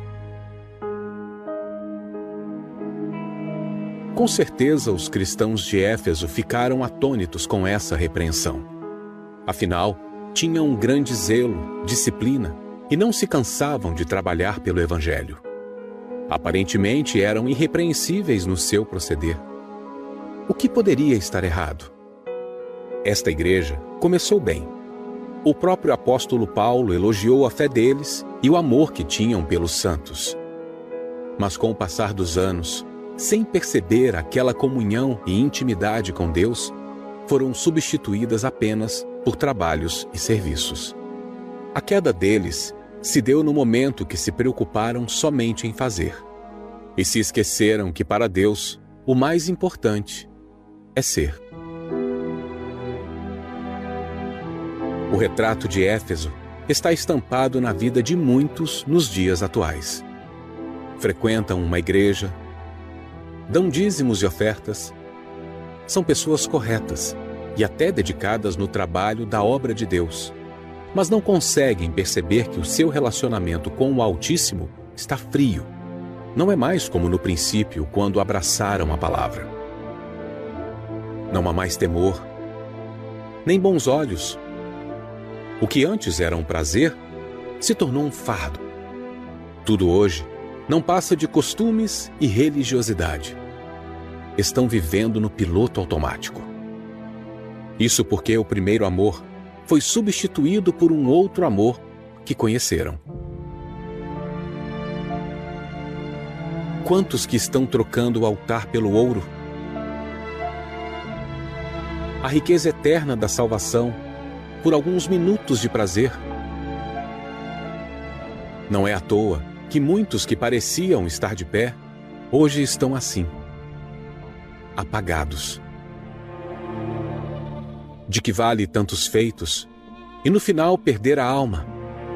Com certeza, os cristãos de Éfeso ficaram atônitos com essa repreensão. Afinal, tinham um grande zelo, disciplina, e não se cansavam de trabalhar pelo Evangelho. Aparentemente, eram irrepreensíveis no seu proceder. O que poderia estar errado? Esta igreja começou bem. O próprio apóstolo Paulo elogiou a fé deles e o amor que tinham pelos santos. Mas com o passar dos anos, sem perceber aquela comunhão e intimidade com Deus, foram substituídas apenas por trabalhos e serviços. A queda deles se deu no momento que se preocuparam somente em fazer, e se esqueceram que para Deus o mais importante é ser. O retrato de Éfeso está estampado na vida de muitos nos dias atuais. Frequentam uma igreja, dão dízimos e ofertas, são pessoas corretas e até dedicadas no trabalho da obra de Deus, mas não conseguem perceber que o seu relacionamento com o Altíssimo está frio. Não é mais como no princípio, quando abraçaram a palavra. Não há mais temor, nem bons olhos. O que antes era um prazer, se tornou um fardo. Tudo hoje não passa de costumes e religiosidade. Estão vivendo no piloto automático. Isso porque o primeiro amor foi substituído por um outro amor que conheceram. Quantos que estão trocando o altar pelo ouro? A riqueza eterna da salvação por alguns minutos de prazer. Não é à toa que muitos que pareciam estar de pé, hoje estão assim, apagados. De que vale tantos feitos e no final perder a alma?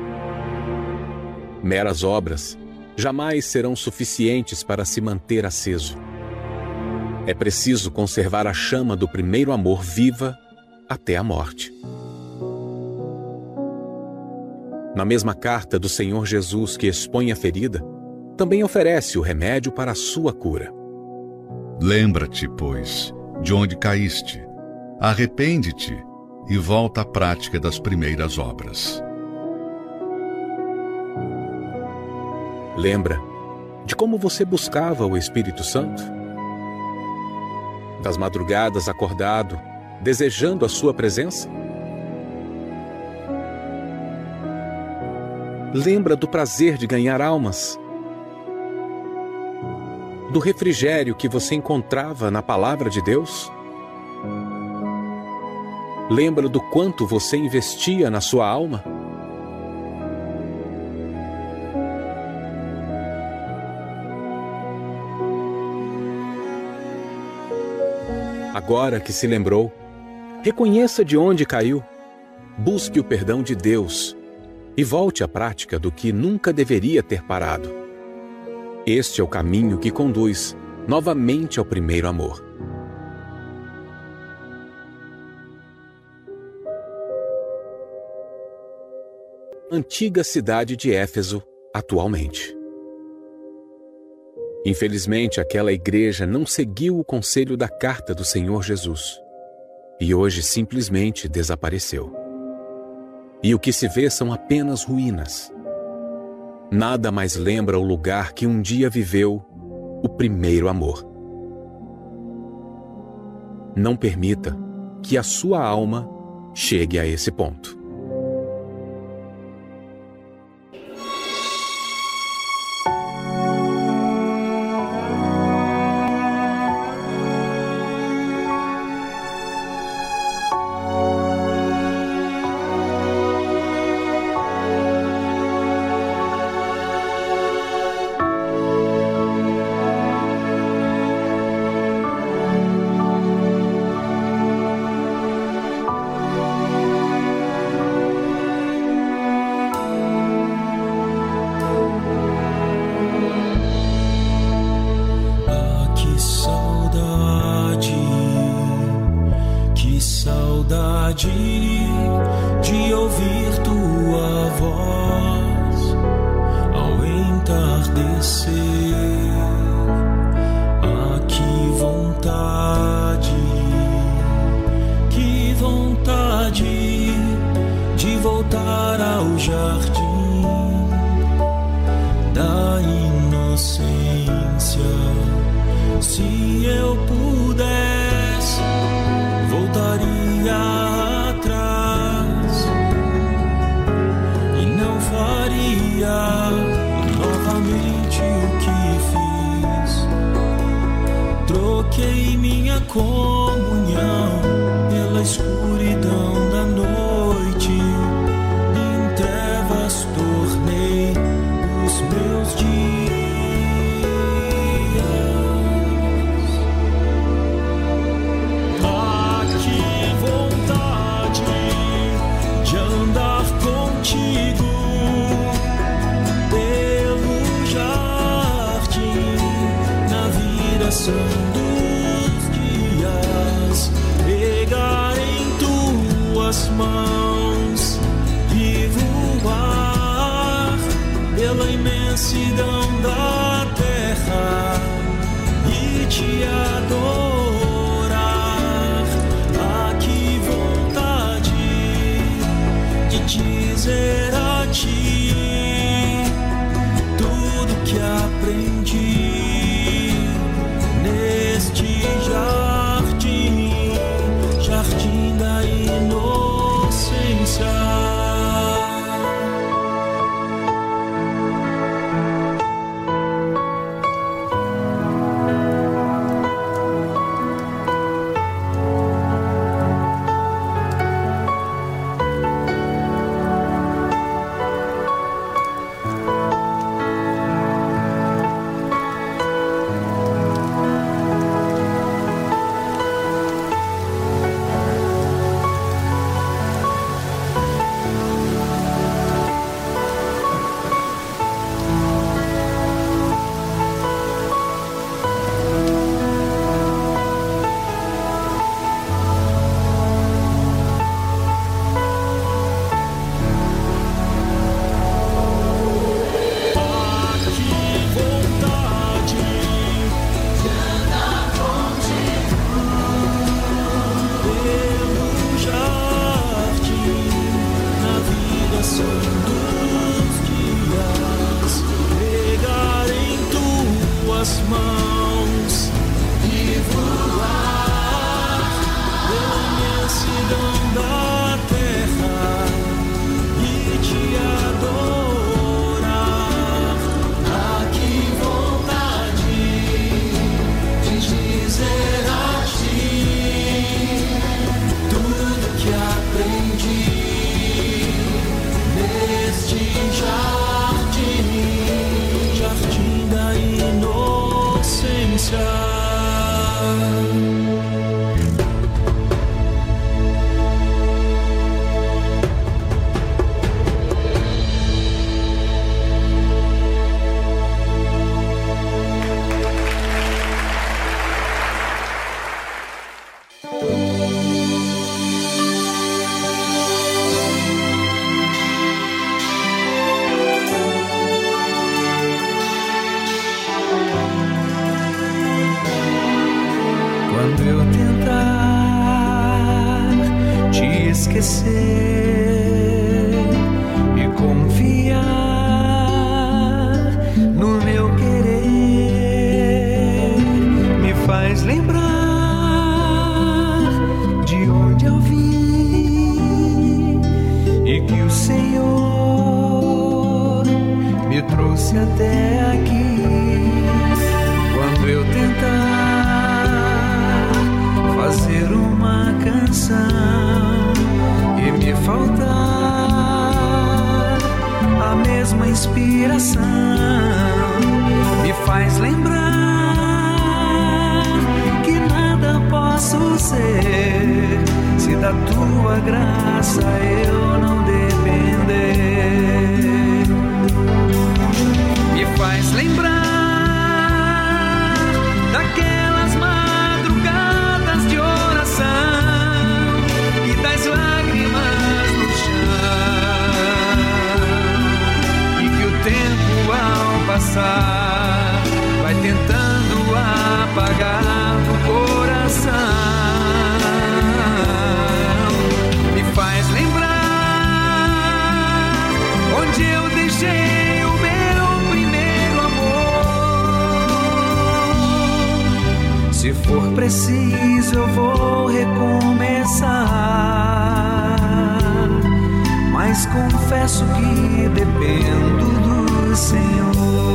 Meras obras jamais serão suficientes para se manter aceso. É preciso conservar a chama do primeiro amor viva até a morte. Na mesma carta do Senhor Jesus que expõe a ferida, também oferece o remédio para a sua cura. Lembra-te, pois, de onde caíste. Arrepende-te e volta à prática das primeiras obras. Lembra de como você buscava o Espírito Santo? Das madrugadas acordado, desejando a sua presença? Lembra do prazer de ganhar almas? Do refrigério que você encontrava na palavra de Deus? Lembra do quanto você investia na sua alma? Agora que se lembrou, reconheça de onde caiu, busque o perdão de Deus e volte à prática do que nunca deveria ter parado. Este é o caminho que conduz novamente ao primeiro amor. Antiga cidade de Éfeso, atualmente. Infelizmente, aquela igreja não seguiu o conselho da carta do Senhor Jesus e hoje simplesmente desapareceu. E o que se vê são apenas ruínas. Nada mais lembra o lugar que um dia viveu o primeiro amor. Não permita que a sua alma chegue a esse ponto. De ouvir tua voz ao entardecer. Ah, que vontade, que vontade de voltar ao jardim da inocência. Se eu pudesse, voltaria novamente o que fiz. Troquei minha comunhão pela escuridão da noite. Em trevas tornei os meus dias. Ah, que vontade de andar contigo dos dias, pegar em tuas mãos e voar pela imensidão da terra e te adorar. Ah, que vontade de dizer a ti tudo que aprendi neste jardim, jardim da inocência. tentar te esquecer e confiar no meu querer, me faz lembrar de onde eu vim e que o Senhor me trouxe até aqui. Quando eu tentar fazer uma canção e me faltar a mesma inspiração, me faz lembrar que nada posso ser se da tua graça eu não depender. Me faz lembrar daquelas madrugadas de oração e das lágrimas no chão, e que o tempo ao passar vai tentando apagar o coração. Me faz lembrar onde eu deixei o meu primeiro amor. Se for preciso eu vou recomeçar, mas confesso que dependo do Senhor.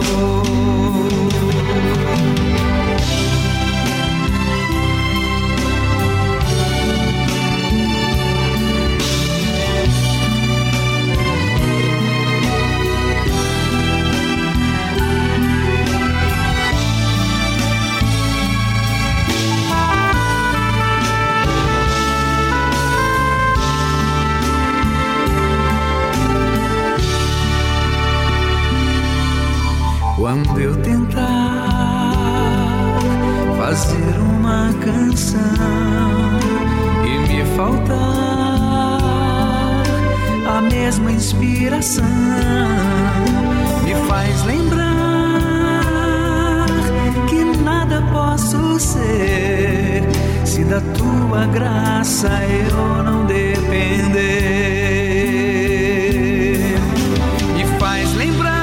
Quando eu tentar fazer uma canção e me faltar a mesma inspiração, me faz lembrar que nada posso ser se da tua graça eu não depender. Me faz lembrar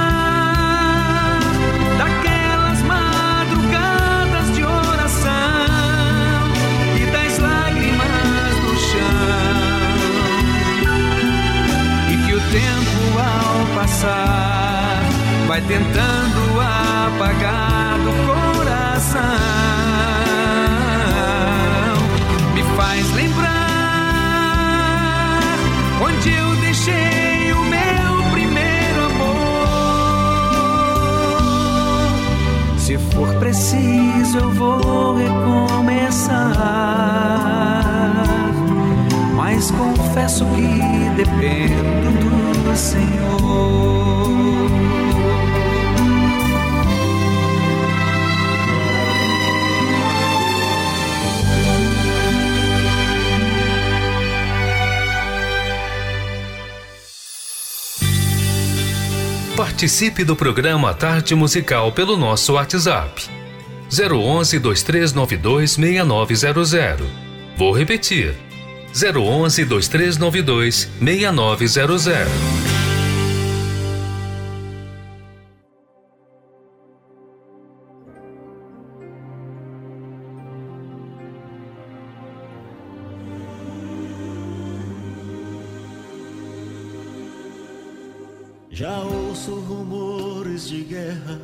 tempo ao passar vai tentando apagar do coração. Me faz lembrar onde eu deixei o meu primeiro amor. Se for preciso eu vou recomeçar, mas confesso que dependo do Senhor. Participe do programa Tarde Musical pelo nosso WhatsApp zero onze, dois três nove dois, seis nove zero zero. Vou repetir: zero onze, dois três nove dois, seis nove zero zero. Já ouço rumores de guerra,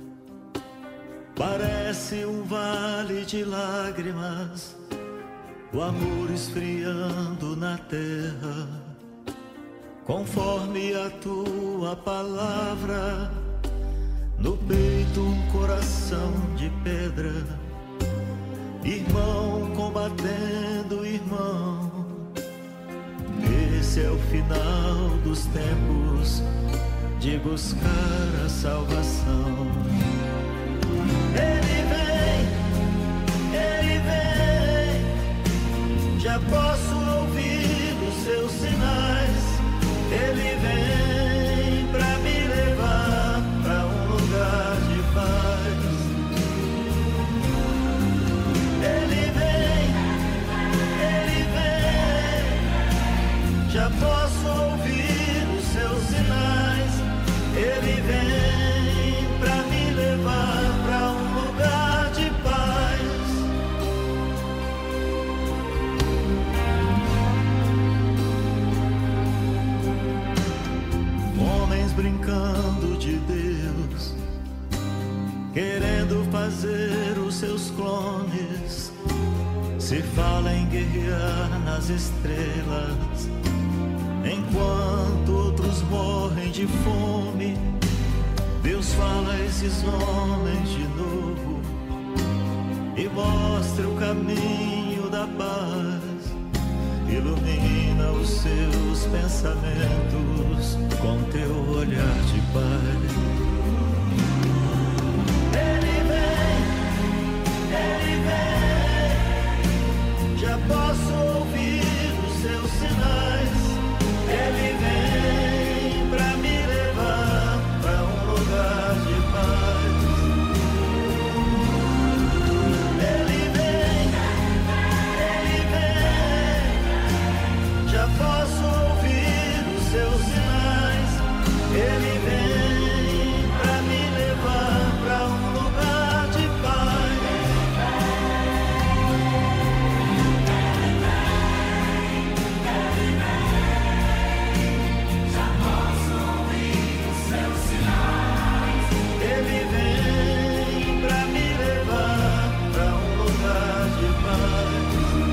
parece um vale de lágrimas, o amor esfriando na terra, conforme a tua palavra. No peito um coração de pedra, irmão combatendo irmão. Esse é o final dos tempos de buscar a salvação. Ele vem, ele vem, já posso ouvir os seus sinais. Ele vem pra me levar pra um lugar de paz. Ele vem, Se fala em guerrear nas estrelas, enquanto outros morrem de fome, Deus fala a esses homens de novo e mostra o caminho da paz, ilumina os seus pensamentos com teu olhar de paz. Ele vem, ele vem, já posso ouvir os seus sinais. Ele vem pra me levar pra um lugar de paz. Ele vem, ele vem, já posso ouvir os seus sinais. Ele vem pra me levar pra um lugar de paz. Já posso ouvir os seus sinais. Ele vem pra me levar pra um lugar de paz.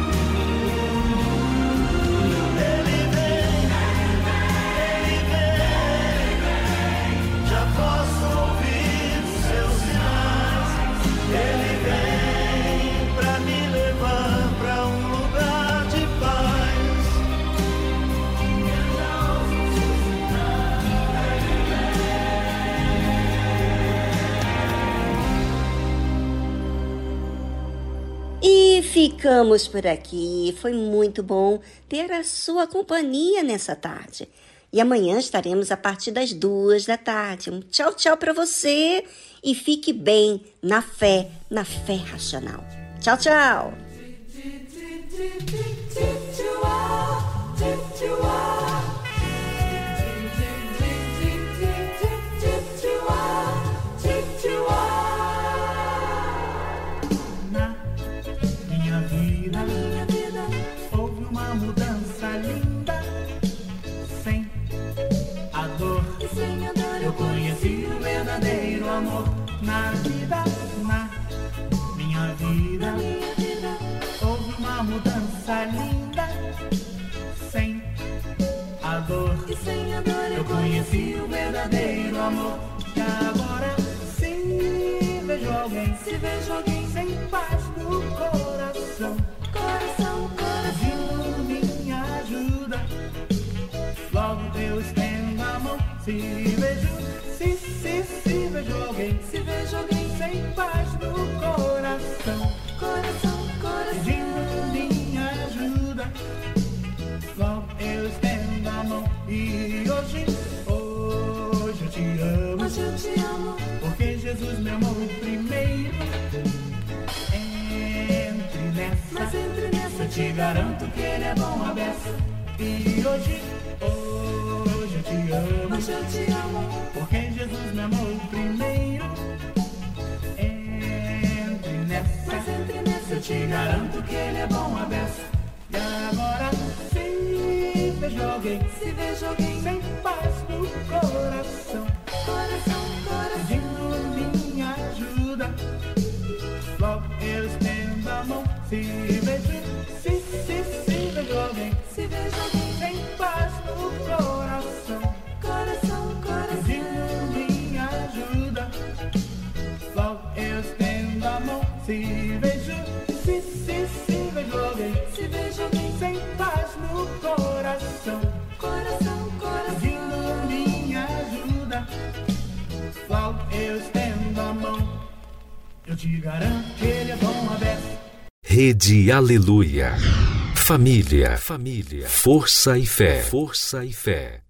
Ele vem, ele vem, já posso ouvir os seus sinais. Ele vem pra me levar pra um lugar de paz. E ficamos por aqui. Foi muito bom ter a sua companhia nessa tarde. E amanhã estaremos a partir das duas da tarde. Um tchau, tchau para você e fique bem na fé, na fé racional. Tchau, tchau. Na minha vida, minha vida, houve uma mudança linda. Sem a dor, E sem a dor eu conheci o verdadeiro amor. Na vida, na minha vida, minha vida, houve uma mudança linda. Sem a dor, e sem a dor eu conheci o verdadeiro amor. E agora sim vejo alguém, Se vejo alguém sem paz no coração, coração, coração, pedindo minha ajuda. Logo eu estendo a mão. Se vejo, se, se, se vejo alguém, se vejo alguém sem paz no coração, coração, pedindo coração, minha ajuda. Logo eu estendo a mão. E hoje, hoje eu te amo, hoje eu te amo, porque Jesus me amou primeiro. Entre nessa, mas entre nessa eu te garanto que ele é bom a beça. E hoje, hoje eu te amo, hoje eu te amo, porque Jesus me amou primeiro. Entre nessa, mas entre nessa eu te garanto que ele é bom a beça. E agora se vejo alguém, se vejo alguém sem paz no coração, coração, coração, pedindo minha ajuda. Logo eu estendo a mão. Se vejo, se, se, se vejo alguém, se vejo alguém sem paz no coração, coração, coração, pedindo minha ajuda. Logo eu estendo a mão. Se vejo, se, se, se vejo alguém, se vejo alguém sem paz no coração, coração, coração, pedindo minha ajuda. Logo eu estendo a mão. Eu te garanto que ele é bom a beça. Rede Aleluia. Família, família, força e fé, força e fé.